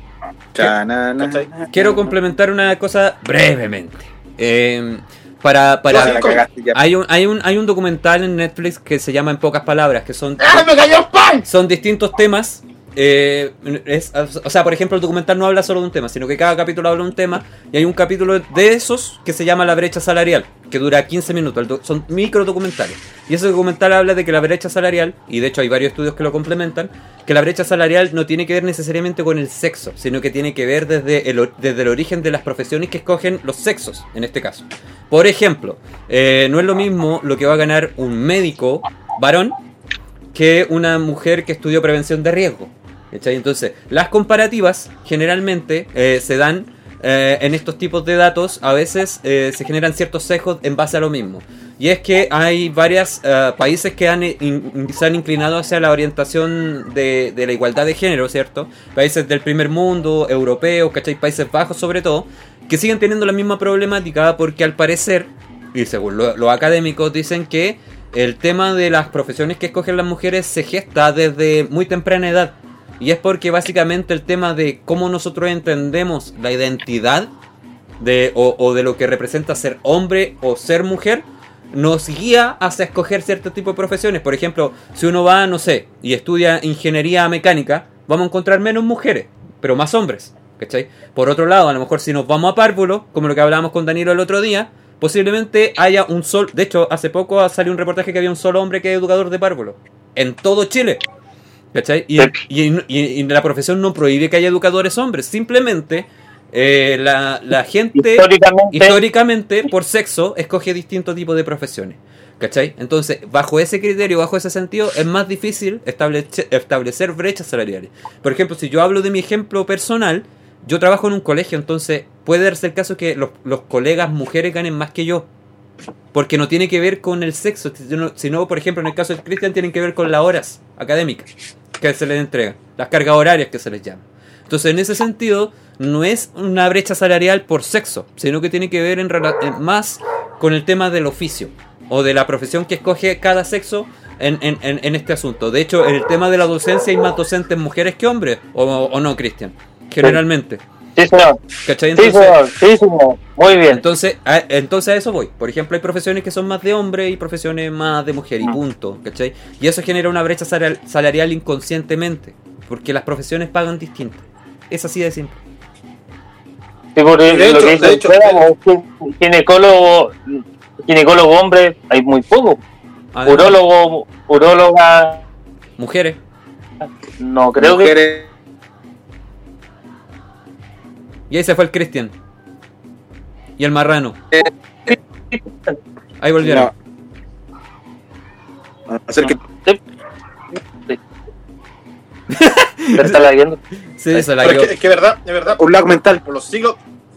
Quiero complementar una cosa brevemente. Hay un documental en Netflix que se llama En pocas palabras, que son ¡me cayó el pan! Son distintos temas. O sea, por ejemplo, el documental no habla solo de un tema, sino que cada capítulo habla de un tema, y hay un capítulo de esos que se llama La brecha salarial, que dura 15 minutos, son micro documentales, y ese documental habla de que la brecha salarial, y de hecho hay varios estudios que lo complementan, que la brecha salarial no tiene que ver necesariamente con el sexo, sino que tiene que ver desde el origen de las profesiones que escogen los sexos, en este caso. Por ejemplo, no es lo mismo lo que va a ganar un médico varón que una mujer que estudió prevención de riesgo. ¿Cachai? Entonces, las comparativas generalmente se dan en estos tipos de datos a veces se generan ciertos sesgos en base a lo mismo. Y es que hay varios países que se han inclinado hacia la orientación de la igualdad de género, ¿cierto? Países del primer mundo, europeos, ¿cachai? Países Bajos sobre todo, que siguen teniendo la misma problemática porque al parecer, y según los académicos dicen que el tema de las profesiones que escogen las mujeres se gesta desde muy temprana edad. Y es porque básicamente el tema de cómo nosotros entendemos la identidad o de lo que representa ser hombre o ser mujer nos guía hacia escoger cierto tipo de profesiones. Por ejemplo, si uno va, no sé, y estudia ingeniería mecánica, vamos a encontrar menos mujeres, pero más hombres, ¿cachai? Por otro lado, a lo mejor si nos vamos a párvulo, como lo que hablábamos con Danilo el otro día, posiblemente haya un solo... De hecho, hace poco salió un reportaje que había un solo hombre que es educador de párvulo en todo Chile, ¿cachai? Y la profesión no prohíbe que haya educadores hombres, simplemente... la gente históricamente por sexo escoge distintos tipos de profesiones, ¿cachai? Entonces bajo ese criterio, bajo ese sentido es más difícil establecer brechas salariales. Por ejemplo, si yo hablo de mi ejemplo personal, yo trabajo en un colegio, entonces puede darse el caso que los colegas mujeres ganen más que yo, porque no tiene que ver con el sexo, sino por ejemplo en el caso del Cristian tienen que ver con las horas académicas que se les entregan, las cargas horarias que se les llama. Entonces, en ese sentido, no es una brecha salarial por sexo, sino que tiene que ver más con el tema del oficio o de la profesión que escoge cada sexo en este asunto. De hecho, en el tema de la docencia hay más docentes mujeres que hombres, o no, Cristian, generalmente. Sí, señor. ¿Cachai? Entonces, sí, señor. Muy bien. Entonces a eso voy. Por ejemplo, hay profesiones que son más de hombre y profesiones más de mujer, y punto, ¿cachai? Y eso genera una brecha salarial inconscientemente, porque las profesiones pagan distinto. Es así de simple. Sí, porque lo que dice ginecólogo hombre hay muy poco. Además, Uróloga mujeres. no creo Mujeres. Y ahí se fue el Cristian. Y el marrano. Ahí volvieron. No. Hacer que ¿Pero está la viendo? Sí, se la Pero dio. es que es verdad, un lag mental. por los siglos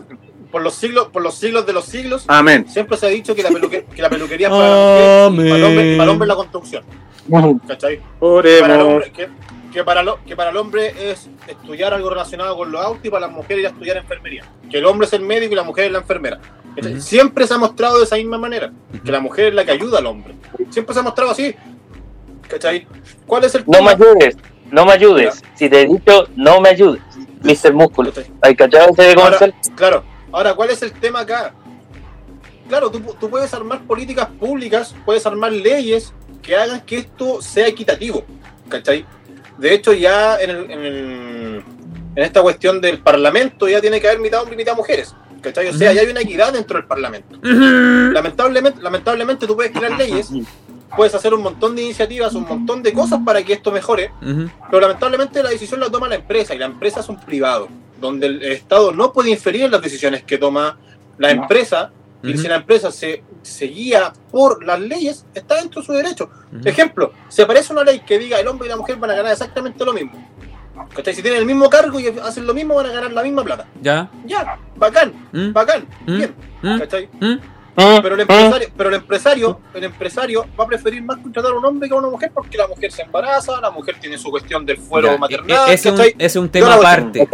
de los siglos, Amén. siempre se ha dicho que la peluquería es para la mujer y para el hombre es la construcción. ¿Cachai? Para el Oremos. hombre, que para el hombre es estudiar algo relacionado con los autos y para las mujeres ir a estudiar enfermería. Que el hombre es el médico y la mujer es la enfermera. ¿Cachai? Siempre se ha mostrado de esa misma manera, que la mujer es la que ayuda al hombre. Siempre se ha mostrado así. ¿Cachai? ¿Cuál es el No me tema? ayudes, no me ayudes. Si te he dicho, no me ayudes. Mr. Músculo. ¿Hay cachado ese comercial? Ahora, ¿cuál es el tema acá? Claro, tú puedes armar políticas públicas, puedes armar leyes que hagan que esto sea equitativo, ¿cachai? De hecho, ya en esta cuestión del Parlamento ya tiene que haber mitad hombres y mitad mujeres, ¿cachai? O sea, ya hay una equidad dentro del Parlamento. Lamentablemente tú puedes crear leyes, puedes hacer un montón de iniciativas, un montón de cosas para que esto mejore, pero lamentablemente la decisión la toma la empresa, y la empresa es un privado, donde el Estado no puede inferir en las decisiones que toma la empresa, y si la empresa se guía por las leyes, está dentro de su derecho. Ejemplo, si aparece una ley que diga el hombre y la mujer van a ganar exactamente lo mismo, ¿cachai? Si tienen el mismo cargo y hacen lo mismo, van a ganar la misma plata. Ya, bacán, bien, ¿cachai? Pero el empresario va a preferir más contratar a un hombre que a una mujer, porque la mujer se embaraza, la mujer tiene su cuestión del fuero maternal. Es un tema aparte.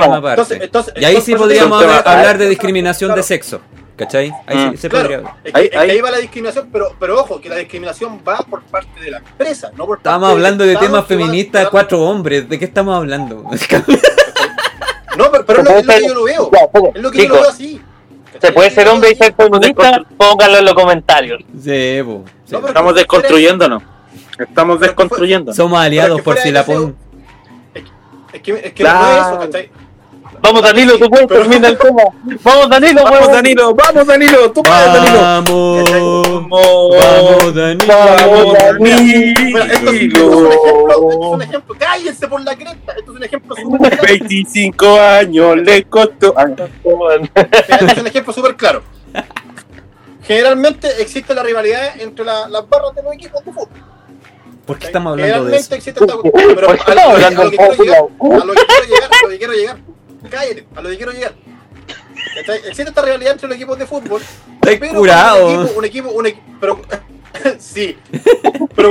Y ahí sí podríamos hablar de discriminación de sexo, ¿cachai? Ahí sí se podría. Ahí va la discriminación, pero ojo, que la discriminación va por parte de la empresa, no por parte Estamos hablando de temas feministas de 4 hombres. ¿De qué estamos hablando? No, pero es lo que yo lo veo. Es lo que yo lo veo así. ¿Se puede ser hombre y ser feminista? Pónganlo en los comentarios. Sí, po. Sí. Estamos desconstruyéndonos. Estamos desconstruyendo. Somos aliados por si la ponen. Es que claro. No es eso, ¿cachai? Vamos, Danilo, tú puedes, termina el tema. Vamos, Danilo, vamos, Danilo, vamos, Danilo, tú puedes, Danilo. Vamos, Danilo. Vamos, Danilo. Esto es un ejemplo. Cállense por la cresta. Esto es un ejemplo súper claro. 25 años le costó. Esto es un ejemplo súper claro. Generalmente existe la rivalidad entre las barras de los equipos de fútbol. ¿Por qué estamos hablando de eso? Existe esta cuestión, pero a lo que quiero llegar. Cállate, a lo que quiero llegar. ¿cachai? Existe esta rivalidad entre los equipos de fútbol. Estás pero curado. un equipo, pero sí. Pero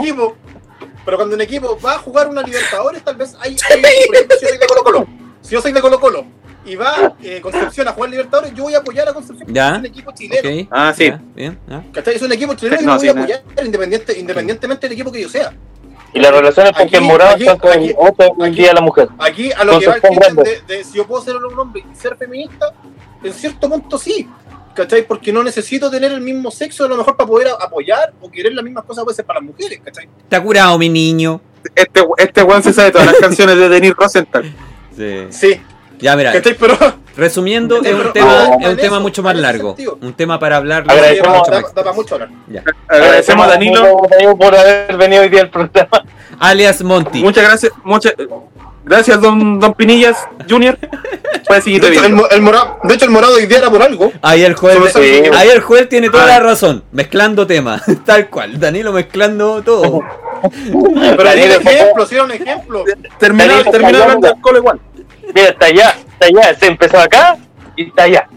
cuando un equipo va a jugar una Libertadores, tal vez hay por ejemplo, si yo soy de Colo-Colo. Si yo soy de Colo-Colo y va Concepción a jugar Libertadores, yo voy a apoyar a Concepción porque Ya. es un equipo chileno. Ok. Ah, sí. Ya, bien, ya. ¿Cachai? Es un equipo chileno y No, yo voy sí, a apoyar independientemente del equipo que yo sea. Y la relación es porque Aquí- morado aquí- está con aquí- otro el día de la mujer. Aquí a lo que va el Concepción Cristian grande. de si yo puedo ser un hombre y ser feminista, en cierto punto sí. ¿Cachai? Porque no necesito tener el mismo sexo a lo mejor para poder apoyar o querer las mismas cosas puede ser para las mujeres, ¿cachai? Está curado, mi niño. Este weón se sabe todas las canciones de Denis Rosenthal. Sí. Sí, Ya, mira, ¿cachai? Pero resumiendo, es un Pero- tema, ah, es un en tema eso, mucho más en ese largo. sentido. Un tema para hablar Agradecemos- mucho da más. para mucho hablar. Ya. Agradecemos a Danilo. por haber venido hoy día al programa. Alias Monty. Muchas gracias. Gracias, don Pinillas Jr. Puede seguir De hecho, bebiendo. el morado hoy día era por algo. Ahí el juez, Sí. ahí el juez tiene toda Ah. la razón, mezclando temas, tal cual. Danilo mezclando todo. Pero Danilo, si era un ejemplo. Terminó Danilo, hablando del colo igual. Mira, está allá. Se empezó acá y está allá.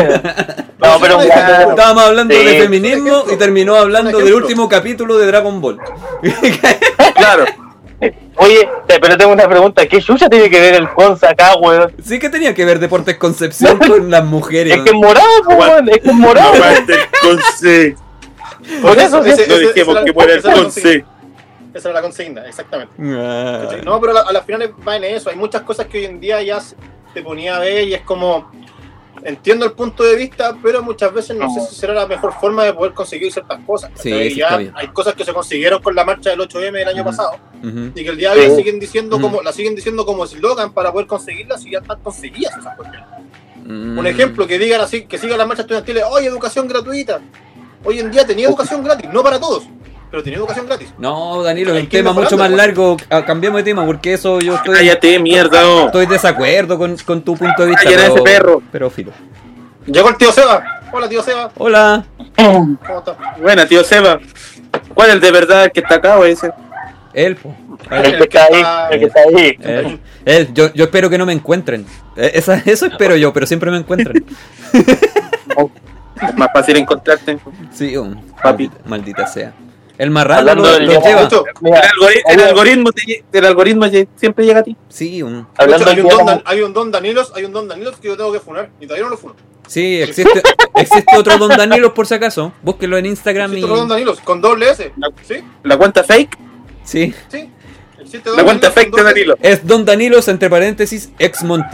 No, pero un grande. Estábamos hablando Sí. de feminismo ejemplo. y terminó hablando Un del ejemplo. último capítulo de Dragon Ball. Claro. Oye, pero tengo una pregunta. ¿Qué chucha tiene que ver el Conza acá, weón? Sí que tenía que ver Deportes Concepción con las mujeres. Es que es morado, pues, weón. Es que es morado. Aguante el Conce. Por eso, Ese- No ese- dijimos esa que era- fuera el esa era la Conce. Esa era la consigna, exactamente. Ah. ¿Cachai? No, pero a las finales va en eso. Hay muchas cosas que hoy en día ya te ponía a ver y es como. Entiendo el punto de vista, pero muchas veces no sé si será la mejor forma de poder conseguir ciertas cosas. Sí, ¿cachai? sí, Ya está bien. hay cosas que se consiguieron con la marcha del 8M del año Ujú. pasado Ujú. y que el día de hoy Sí. la siguen diciendo como eslogan para poder conseguirlas y ya están conseguidas esas cuestiones. Mm. Un ejemplo, que digan así, que sigan las marchas estudiantiles, oye, educación gratuita. Hoy en día tenía educación gratis, no para todos, pero tenía educación gratis. No, Danilo, es Hay un que ir tema mucho más mejorando, largo. Ah, cambiemos de tema porque eso yo estoy, Cállate, mierda. No. estoy desacuerdo con tu punto de vista. Cállate, ese perro. Pero filo. Llegó el tío Seba. Hola, tío Seba. Hola. ¿Cómo estás? Buena, tío Seba. ¿Cuál es el de verdad el que está acá o ese? Él, po. El que está ahí. El que está ahí. Él. Yo espero que no me encuentren. Eso espero yo, pero siempre me encuentran. Es más fácil encontrarte. Sí, Papi. maldita sea. El marrano Hablando lo del lleva. llamado. Mucho. Mira, El algoritmo siempre llega a ti. Sí, hablando Hay del un día de don, la- hay un don Danilos que yo tengo que funar y todavía no lo funo. sí, existe otro Don Danilo por si acaso. Búsquenlo en Instagram y. Existe otro don Danilos con doble S. ¿Sí? La cuenta fake. Sí. Sí. Existe don La cuenta Danilos con fake de doble S. Danilo. Es Don Danilos entre paréntesis ex Monty.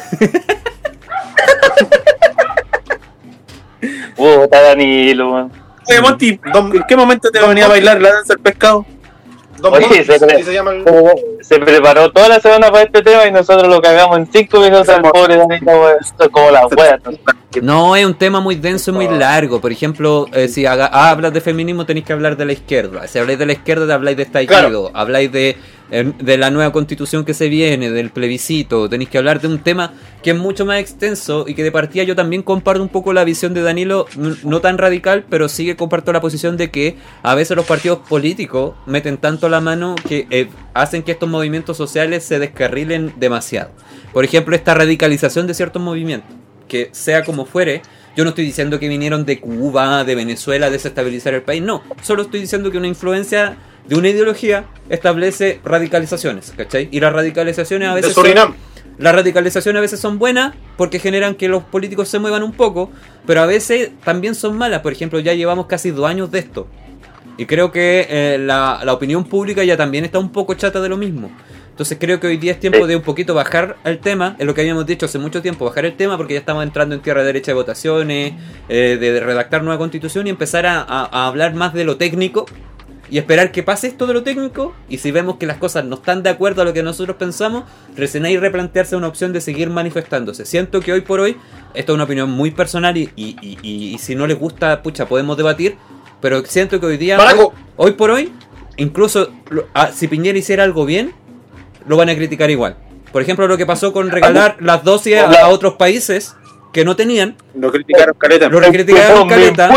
Puta, Danilo, weón. Oye, Monty, Don- ¿en qué momento te Don venía a Monty. bailar la danza del pescado? Don Oye, Montes, se cree. así se llama el... Se preparó toda la semana para este tema y nosotros lo cagamos en 5 minutos al pobre Danilo, weón. Esto es como la wea. No, es un tema muy denso y muy largo. Por ejemplo, si hablas de feminismo tenéis que hablar de la izquierda. Si habláis de la izquierda, habláis de estallido. Claro. Habláis de la nueva constitución que se viene, del plebiscito. Tenéis que hablar de un tema que es mucho más extenso y que de partida yo también comparto un poco la visión de Danilo, no tan radical, pero sí que comparto la posición de que a veces los partidos políticos meten tanto la mano que hacen que estos movimientos sociales se descarrilen demasiado. Por ejemplo, esta radicalización de ciertos movimientos, que sea como fuere, yo no estoy diciendo que vinieron de Cuba, de Venezuela a desestabilizar el país, no, solo estoy diciendo que una influencia de una ideología establece radicalizaciones, ¿cachai? Y las radicalizaciones a de veces Surinam. las radicalizaciones a veces son buenas porque generan que los políticos se muevan un poco, pero a veces también son malas. Por ejemplo, ya llevamos casi 2 años de esto y creo que la opinión pública ya también está un poco chata de lo mismo. Entonces creo que hoy día es tiempo de un poquito bajar el tema, es lo que habíamos dicho hace mucho tiempo, bajar el tema porque ya estamos entrando en tierra derecha de votaciones, de redactar nueva constitución y empezar a hablar más de lo técnico y esperar que pase esto de lo técnico, y si vemos que las cosas no están de acuerdo a lo que nosotros pensamos, recién ahí replantearse una opción de seguir manifestándose. Siento que hoy por hoy, esto es una opinión muy personal y si no les gusta, pucha, podemos debatir, pero siento que hoy día, hoy por hoy, incluso si Piñera hiciera algo bien, lo van a criticar igual. Por ejemplo, lo que pasó con regalar las dosis a otros países que no tenían. Lo criticaron caleta. Lo criticaron caleta.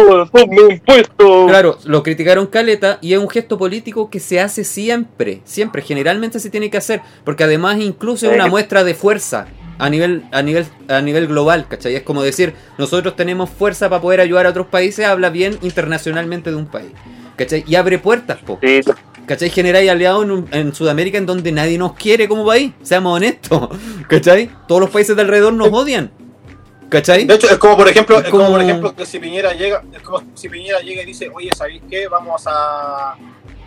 Impuestos. Claro, lo criticaron caleta y es un gesto político que se hace siempre, generalmente se tiene que hacer, porque además incluso es una muestra de fuerza, a nivel global, ¿cachai? Es como decir, nosotros tenemos fuerza para poder ayudar a otros países, habla bien internacionalmente de un país, ¿cachai? Y abre puertas, po. Sí, ¿Cachai? Generáis aliados en Sudamérica en donde nadie nos quiere como país, seamos honestos, ¿cachai? Todos los países de alrededor nos odian, ¿cachai? De hecho, es como por ejemplo, Es como- que si Piñera llega, y dice, oye, ¿sabéis qué? Vamos a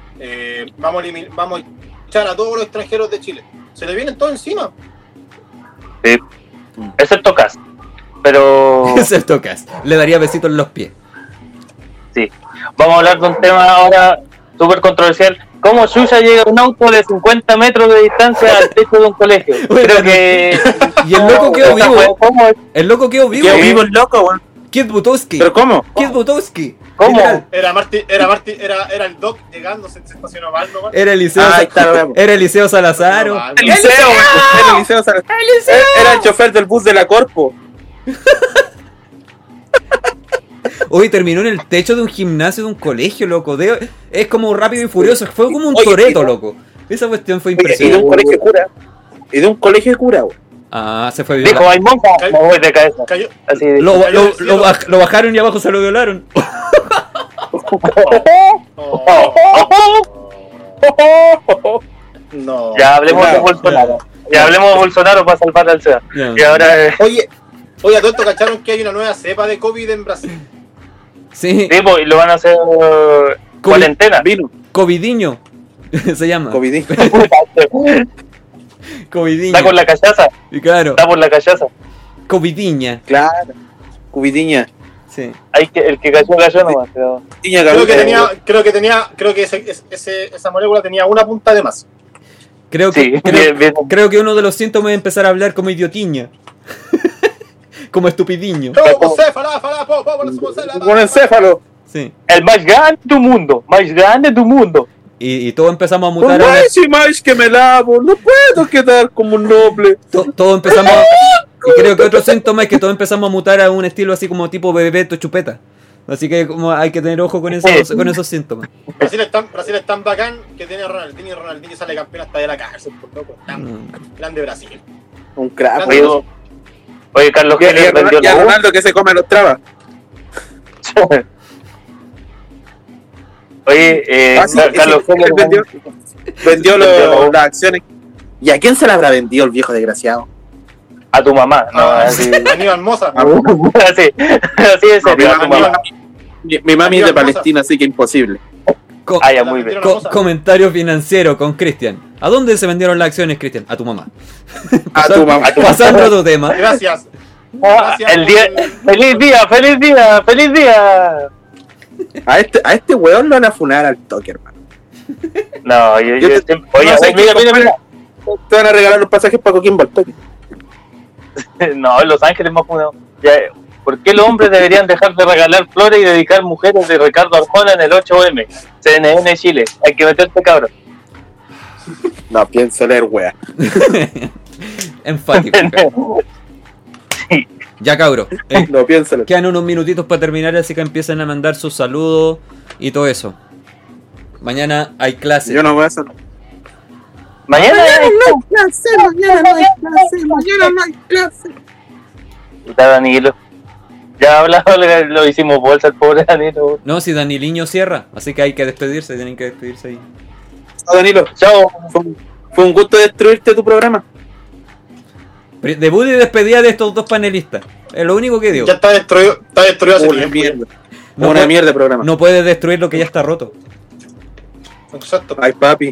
echar a todos los extranjeros de Chile. Se le vienen todos encima. sí. Excepto Cas. Pero Excepto Cas, le daría besitos en los pies. sí. Vamos a hablar de un tema ahora súper controversial. ¿Cómo Xuxa llega a un auto de 50 metros de distancia al techo de un colegio? Creo que... Y el loco quedó vivo. ¿Cómo es? El loco quedó vivo. Quedó vivo el loco, weón. Kid Butowski. ¿Pero cómo? Kid Butowski. ¿Cómo? Literal. Era el Doc llegando, se estacionó mal nomás. Era Eliseo, Ah, ahí está, lo vemos. era Eliseo Salazaro. No, mal, El no. liceo, weón. El liceo, era el chofer del bus de la Corpo. Hoy terminó en el techo de un gimnasio de un colegio, loco. Es como Rápido y Furioso. Fue como un Oye, Toreto, y- loco. Esa cuestión fue Y de impresionante. un colegio de cura. Y de un colegio de cura, weón. Ah, se fue Dijo, violado. hay monja, me voy de cabeza. Cayó, Así de... Lo bajaron y abajo se lo violaron. no. Ya hablemos de Claro, Bolsonaro. Ya hablemos de Bolsonaro para salvar al ciudad. Ya. Y ahora... Oye, a todo esto cacharon que hay una nueva cepa de COVID en Brasil. Sí, Sí, pues, y lo van a hacer cuarentena. Vino. Covidiño. Se llama. Covidín. Covidiño. Está con la cachaza. Y claro, Está por la cachaza. Covidiña. Claro. Cubidiña. Sí. Hay que, el que cayó nomás. Pero... Tiña, Creo que esa molécula tenía una punta de más. Creo Sí, que, bien. creo que uno de los síntomas es empezar a hablar como idiotiña. Como estupidiño. Con encéfalo. Sí. El más grande del mundo. Más grande del mundo. Y todos empezamos a Por mutar a una- más y más que me lavo, no puedo quedar como un noble. todos empezamos y creo que otro síntoma es que todos empezamos a mutar a un estilo así como tipo Bebeto Chupeta. Así que como hay que tener ojo con esos síntomas. Brasil es tan bacán que tiene a Ronaldinho y Ronaldinho sale campeón hasta de la cárcel. Por loco, tan grande Brasil. Un crack. Oye, Oye, Carlos Y a Heller vendió y a la U. Ronaldo que se come los trabas. Oye, Ah, sí, Carlos ese- Heller vendió Vendió la U. las acciones. ¿Y a quién se la habrá vendido el viejo desgraciado? a tu mamá. No, así, Aníbal Moza. así de serio, a tu mamá. Mi mami es de Palestina, así que imposible. Ah, ya, muy bien. Comentario financiero con Cristian. ¿A dónde se vendieron las acciones, Cristian? A tu mamá. A tu mamá. Pasando a otro tema. Gracias. Ah, el día, feliz día, feliz día, feliz día. A este weón lo van a funar al toque, hermano. No, yo Yo te- siempre... Oye, no sé mira, qué, mira. Te van a regalar los pasajes para Coquimbo al toque. No, en Los Ángeles más funado. Ya, ¿por qué los hombres deberían dejar de regalar flores y dedicar mujeres de Ricardo Arjona en el 8M? CNN Chile. Hay que meterte, cabrón. No, pienso leer, wea. Enfático. Ya, cabro. No, pienso leer. Quedan unos minutitos para terminar, así que empiecen a mandar sus saludos y todo eso. Mañana hay clase. Yo no voy a hacer. Mañana Mañana no hay clase. Está Danilo. Ya hablado, lo hicimos bolsa el pobre Danilo. No, si Daniliño cierra, así que hay que despedirse, tienen que despedirse ahí. Danilo, Chao. fue un gusto destruirte tu programa. Debut y despedida de estos dos panelistas. Es lo único que digo. Ya está destruido hace Una tiempo. mierda. No Una puede- mierda de programa. No puedes destruir lo que ya está roto. Exacto. Ay, papi.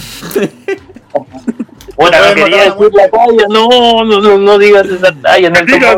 Bueno, no pueden quería matar a decir la talla. No digas esa talla. Dila.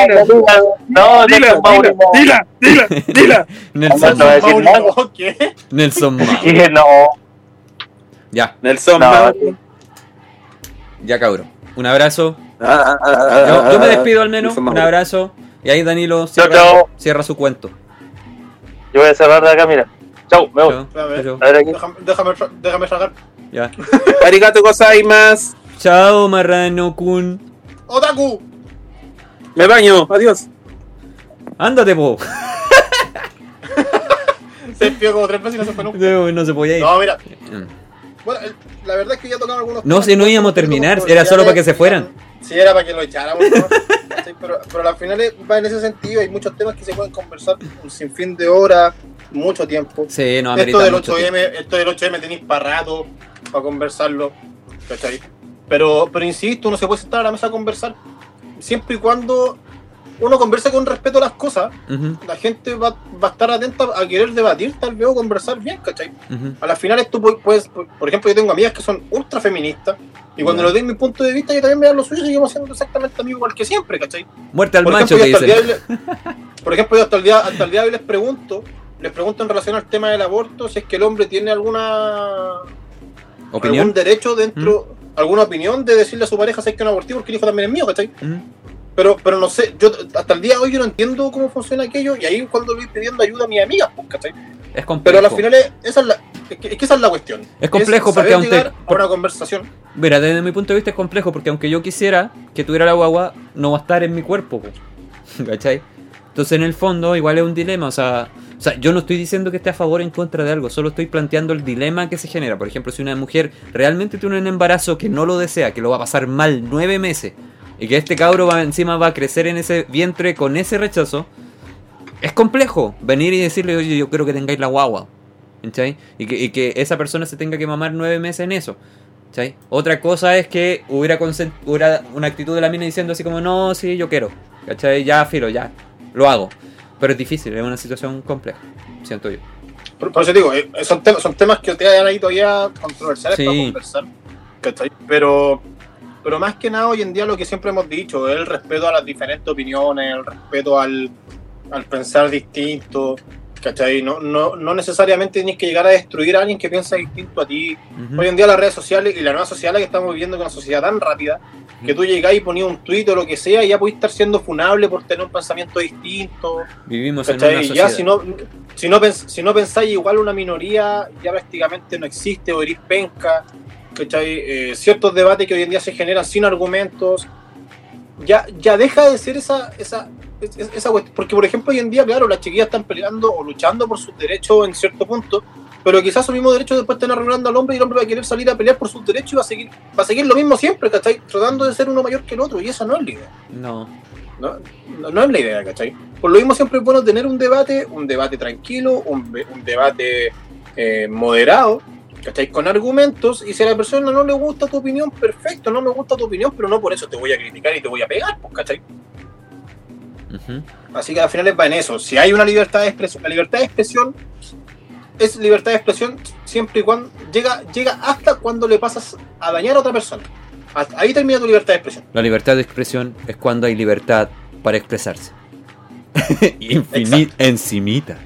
No va a decir nada. Mauro, ¿qué? Nelson Mau. Dije, no. Ya, Nelson, No, Mau. ya cabro. Un abrazo. Yo me despido al menos. Nelson Mau. Un abrazo. Y ahí Danilo Chao, chao. cierra su cuento. Yo voy a cerrar de acá, mira. Chau, me voy. Chao, A ver. chao. A ver aquí. Déjame sacar. Ya. Arigato gozaimasu. Chao, Marrano-kun. ¡Otaku! Me baño. Adiós. Ándate, po. Se despidió como 3 veces y no se fue nunca. No se podía ir. No, mira. Bueno, la verdad es que ya tocamos algunos No, temas si no íbamos a terminar, era solo para que se fueran. Sí, era para que lo echáramos, ¿no? Sí, pero al final va en ese sentido. Hay muchos temas que se pueden conversar un sinfín de horas, mucho tiempo. Sí, no, Esto amerita del mucho 8M, tiempo. esto del 8M tenéis para rato para conversarlo, ¿cachai? Pero insisto, uno se puede sentar a la mesa a conversar siempre y cuando uno converse con respeto a las cosas. Ujú, La gente va a estar atenta a querer debatir, tal vez, o conversar bien, ¿cachai? ujú. A la final esto puedes, por ejemplo, yo tengo amigas que son ultra feministas y cuando Ya. les doy mi punto de vista, yo también me dan lo suyo y seguimos siendo exactamente amigos igual que siempre, ¿cachai? Muerte al Por macho, ejemplo, te yo hasta el dicen. día por ejemplo, yo hasta el día de hoy les pregunto en relación al tema del aborto, si es que el hombre tiene algún ¿Opinión? derecho dentro, alguna opinión de decirle a su pareja si es que no aborté porque el hijo también es mío, ¿cachai? Ujú. Pero no sé, yo hasta el día de hoy yo no entiendo cómo funciona aquello y ahí cuando voy pidiendo ayuda a mis amigas, pues, ¿cachai? Es complejo. Pero a las finales, esa es la cuestión. Es complejo porque saber aunque- llegar a una conversación. Mira, desde mi punto de vista es complejo porque aunque yo quisiera que tuviera la guagua, no va a estar en mi cuerpo, po. ¿Cachai? Entonces en el fondo igual es un dilema, o sea, yo no estoy diciendo que esté a favor o en contra de algo, solo estoy planteando el dilema que se genera. Por ejemplo, si una mujer realmente tiene un embarazo que no lo desea, que lo va a pasar mal 9 meses, y que este cabro encima va a crecer en ese vientre con ese rechazo, es complejo venir y decirle, oye, yo quiero que tengáis la guagua, ¿cachai? Y que esa persona se tenga que mamar 9 meses en eso. ¿Cachai? Otra cosa es que hubiera una actitud de la mina diciendo así como, no, sí, yo quiero, ¿cachai? Ya, filo, ya, lo hago. Pero es difícil, es una situación compleja, siento yo. Por eso digo, son temas que te dan ahí todavía controversiales Sí. para conversar, ¿cachai? Pero más que nada hoy en día lo que siempre hemos dicho, el respeto a las diferentes opiniones, el respeto al pensar distinto, ¿cachai? No necesariamente tienes que llegar a destruir a alguien que piensa distinto a ti. Ujú. Hoy en día las redes sociales y la nueva sociedad que estamos viviendo, con una sociedad tan rápida, que tú llegás y ponías un tuit o lo que sea y ya podés estar siendo funable por tener un pensamiento distinto, Vivimos en ¿cachai? una Y sociedad. ya si no pensáis igual una minoría, ya prácticamente no existe o eres penca, ¿cachai? Ciertos debates que hoy en día se generan sin argumentos, ya deja de ser esa cuestión. Porque, por ejemplo, hoy en día, claro, las chiquillas están peleando o luchando por sus derechos en cierto punto, pero quizás esos mismos derechos después están arruinando al hombre y el hombre va a querer salir a pelear por sus derechos y va a seguir lo mismo siempre, ¿cachai? Tratando de ser uno mayor que el otro, y esa no es la idea. No es la idea, ¿cachai? Por lo mismo siempre es bueno tener un debate tranquilo, un debate moderado, ¿cachai? Con argumentos, y si a la persona no le gusta tu opinión, perfecto, no me gusta tu opinión, pero no por eso te voy a criticar y te voy a pegar, pues, ¿cachai? Ujú. Así que al final va en eso. Si hay una libertad de expresión, la libertad de expresión es libertad de expresión siempre y cuando llega hasta cuando le pasas a dañar a otra persona. Ahí termina tu libertad de expresión. La libertad de expresión es cuando hay libertad para expresarse. Encimita.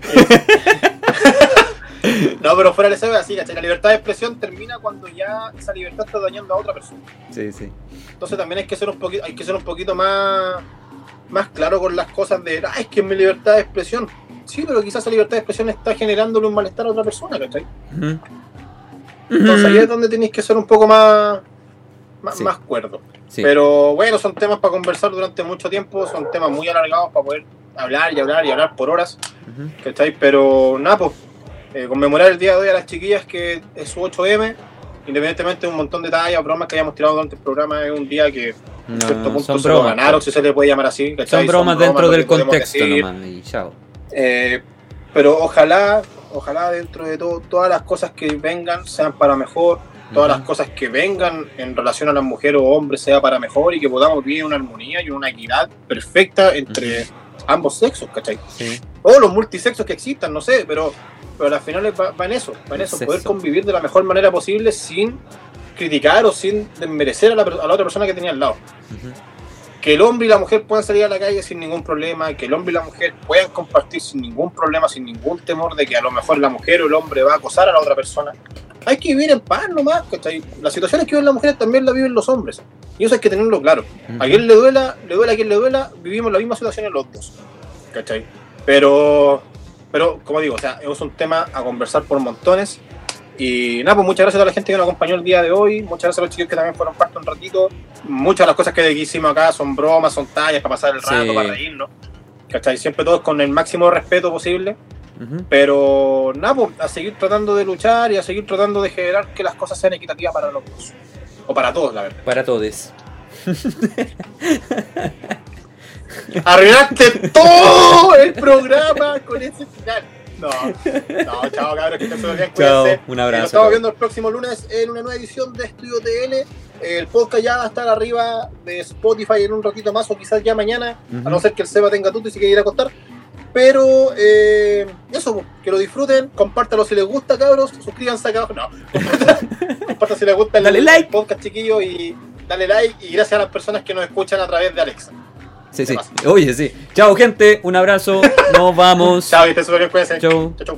No, pero fuera de eso es así, ¿cachai? La libertad de expresión termina cuando ya esa libertad está dañando a otra persona. Sí, sí. Entonces también hay que ser un poquito más claro con las cosas de, es que es mi libertad de expresión. Sí, pero quizás esa libertad de expresión está generándole un malestar a otra persona, ¿cachai? Ujú. Entonces ahí es donde tenéis que ser un poco más Sí. cuerdo. Sí. Pero bueno, son temas para conversar durante mucho tiempo, son temas muy alargados para poder hablar y hablar por horas, Ujú. ¿cachai? Pero nada, pues, conmemorar el día de hoy a las chiquillas que es su 8M, independientemente de un montón de tallas o bromas que hayamos tirado durante el programa, es un día que en No, cierto punto son se lo bromas, ganaron, si se le puede llamar así, ¿cachai? Son bromas dentro lo del que podemos contexto decir. nomás. Y chao. Pero ojalá dentro de todo, todas las cosas que vengan sean para mejor, todas las cosas que vengan en relación a las mujeres o hombres sea para mejor y que podamos vivir en una armonía y una equidad perfecta entre ambos sexos, ¿cachai? Sí. O los multisexos que existan, no sé, pero al final va en eso, poder Sexo. convivir de la mejor manera posible sin criticar o sin desmerecer a la otra persona que tenía al lado. Ujú. Que el hombre y la mujer puedan salir a la calle sin ningún problema, que el hombre y la mujer puedan compartir sin ningún problema, sin ningún temor de que a lo mejor la mujer o el hombre va a acosar a la otra persona. Hay que vivir en paz nomás, ¿cachai? Las situaciones que viven las mujeres también las viven los hombres. Y eso hay que tenerlo claro. A quien le duela a quien le duela, vivimos la misma situación en los dos, ¿cachai? Pero como digo, o sea, es un tema a conversar por montones. Y nada, pues muchas gracias a la gente que nos acompañó el día de hoy. Muchas gracias a los chicos que también fueron parte un ratito. Muchas de las cosas que hicimos acá son bromas, son tallas para pasar el rato, Sí. para reírnos. ¿Cachai? Siempre todos con el máximo respeto posible. Ujú. Pero nada, pues, a seguir tratando de luchar y a seguir tratando de generar que las cosas sean equitativas para los dos. O para todos, la verdad. Para todos. Arruinaste todo el programa con ese final. No, chao cabros, que estén súper bien, Chao, cuídense. un abrazo. Nos estamos viendo el próximo lunes en una nueva edición de Estudio TL. El podcast ya va a estar arriba de Spotify en un ratito más o quizás ya mañana, Ujú. a no ser que el Seba tenga tuto y se quiera ir a acostar. Pero eso, que lo disfruten, compártanlo si les gusta, cabros, suscríbanse acá abajo. No, compartan si les gusta el Dale like. podcast, chiquillos, y dale like. Y gracias a las personas que nos escuchan a través de Alexa. Sí. Oye, sí. Chao, gente. Un abrazo. Nos vamos. Chao, y estén súper bien, cuídense. Chau. Chau.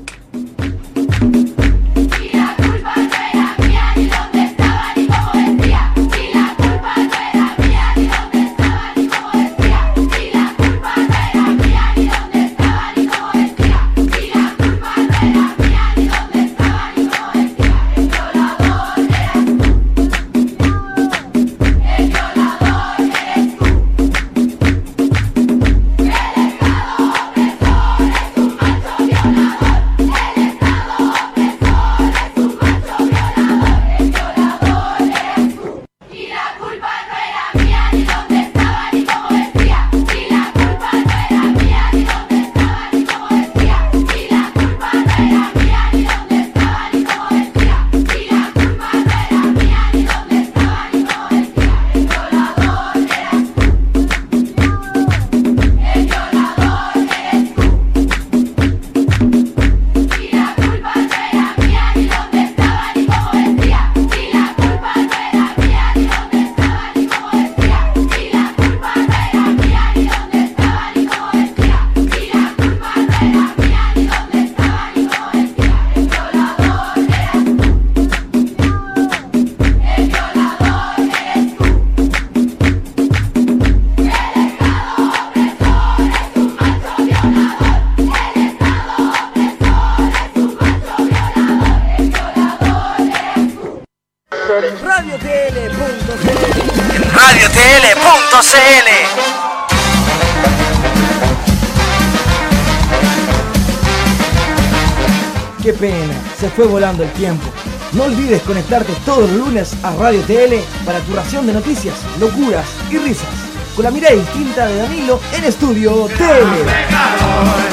RadioTL.cl. Qué pena, se fue volando el tiempo. No olvides conectarte todos los lunes a Radio TL para tu ración de noticias, locuras y risas. Con la mirada distinta de Danilo en Estudio TL.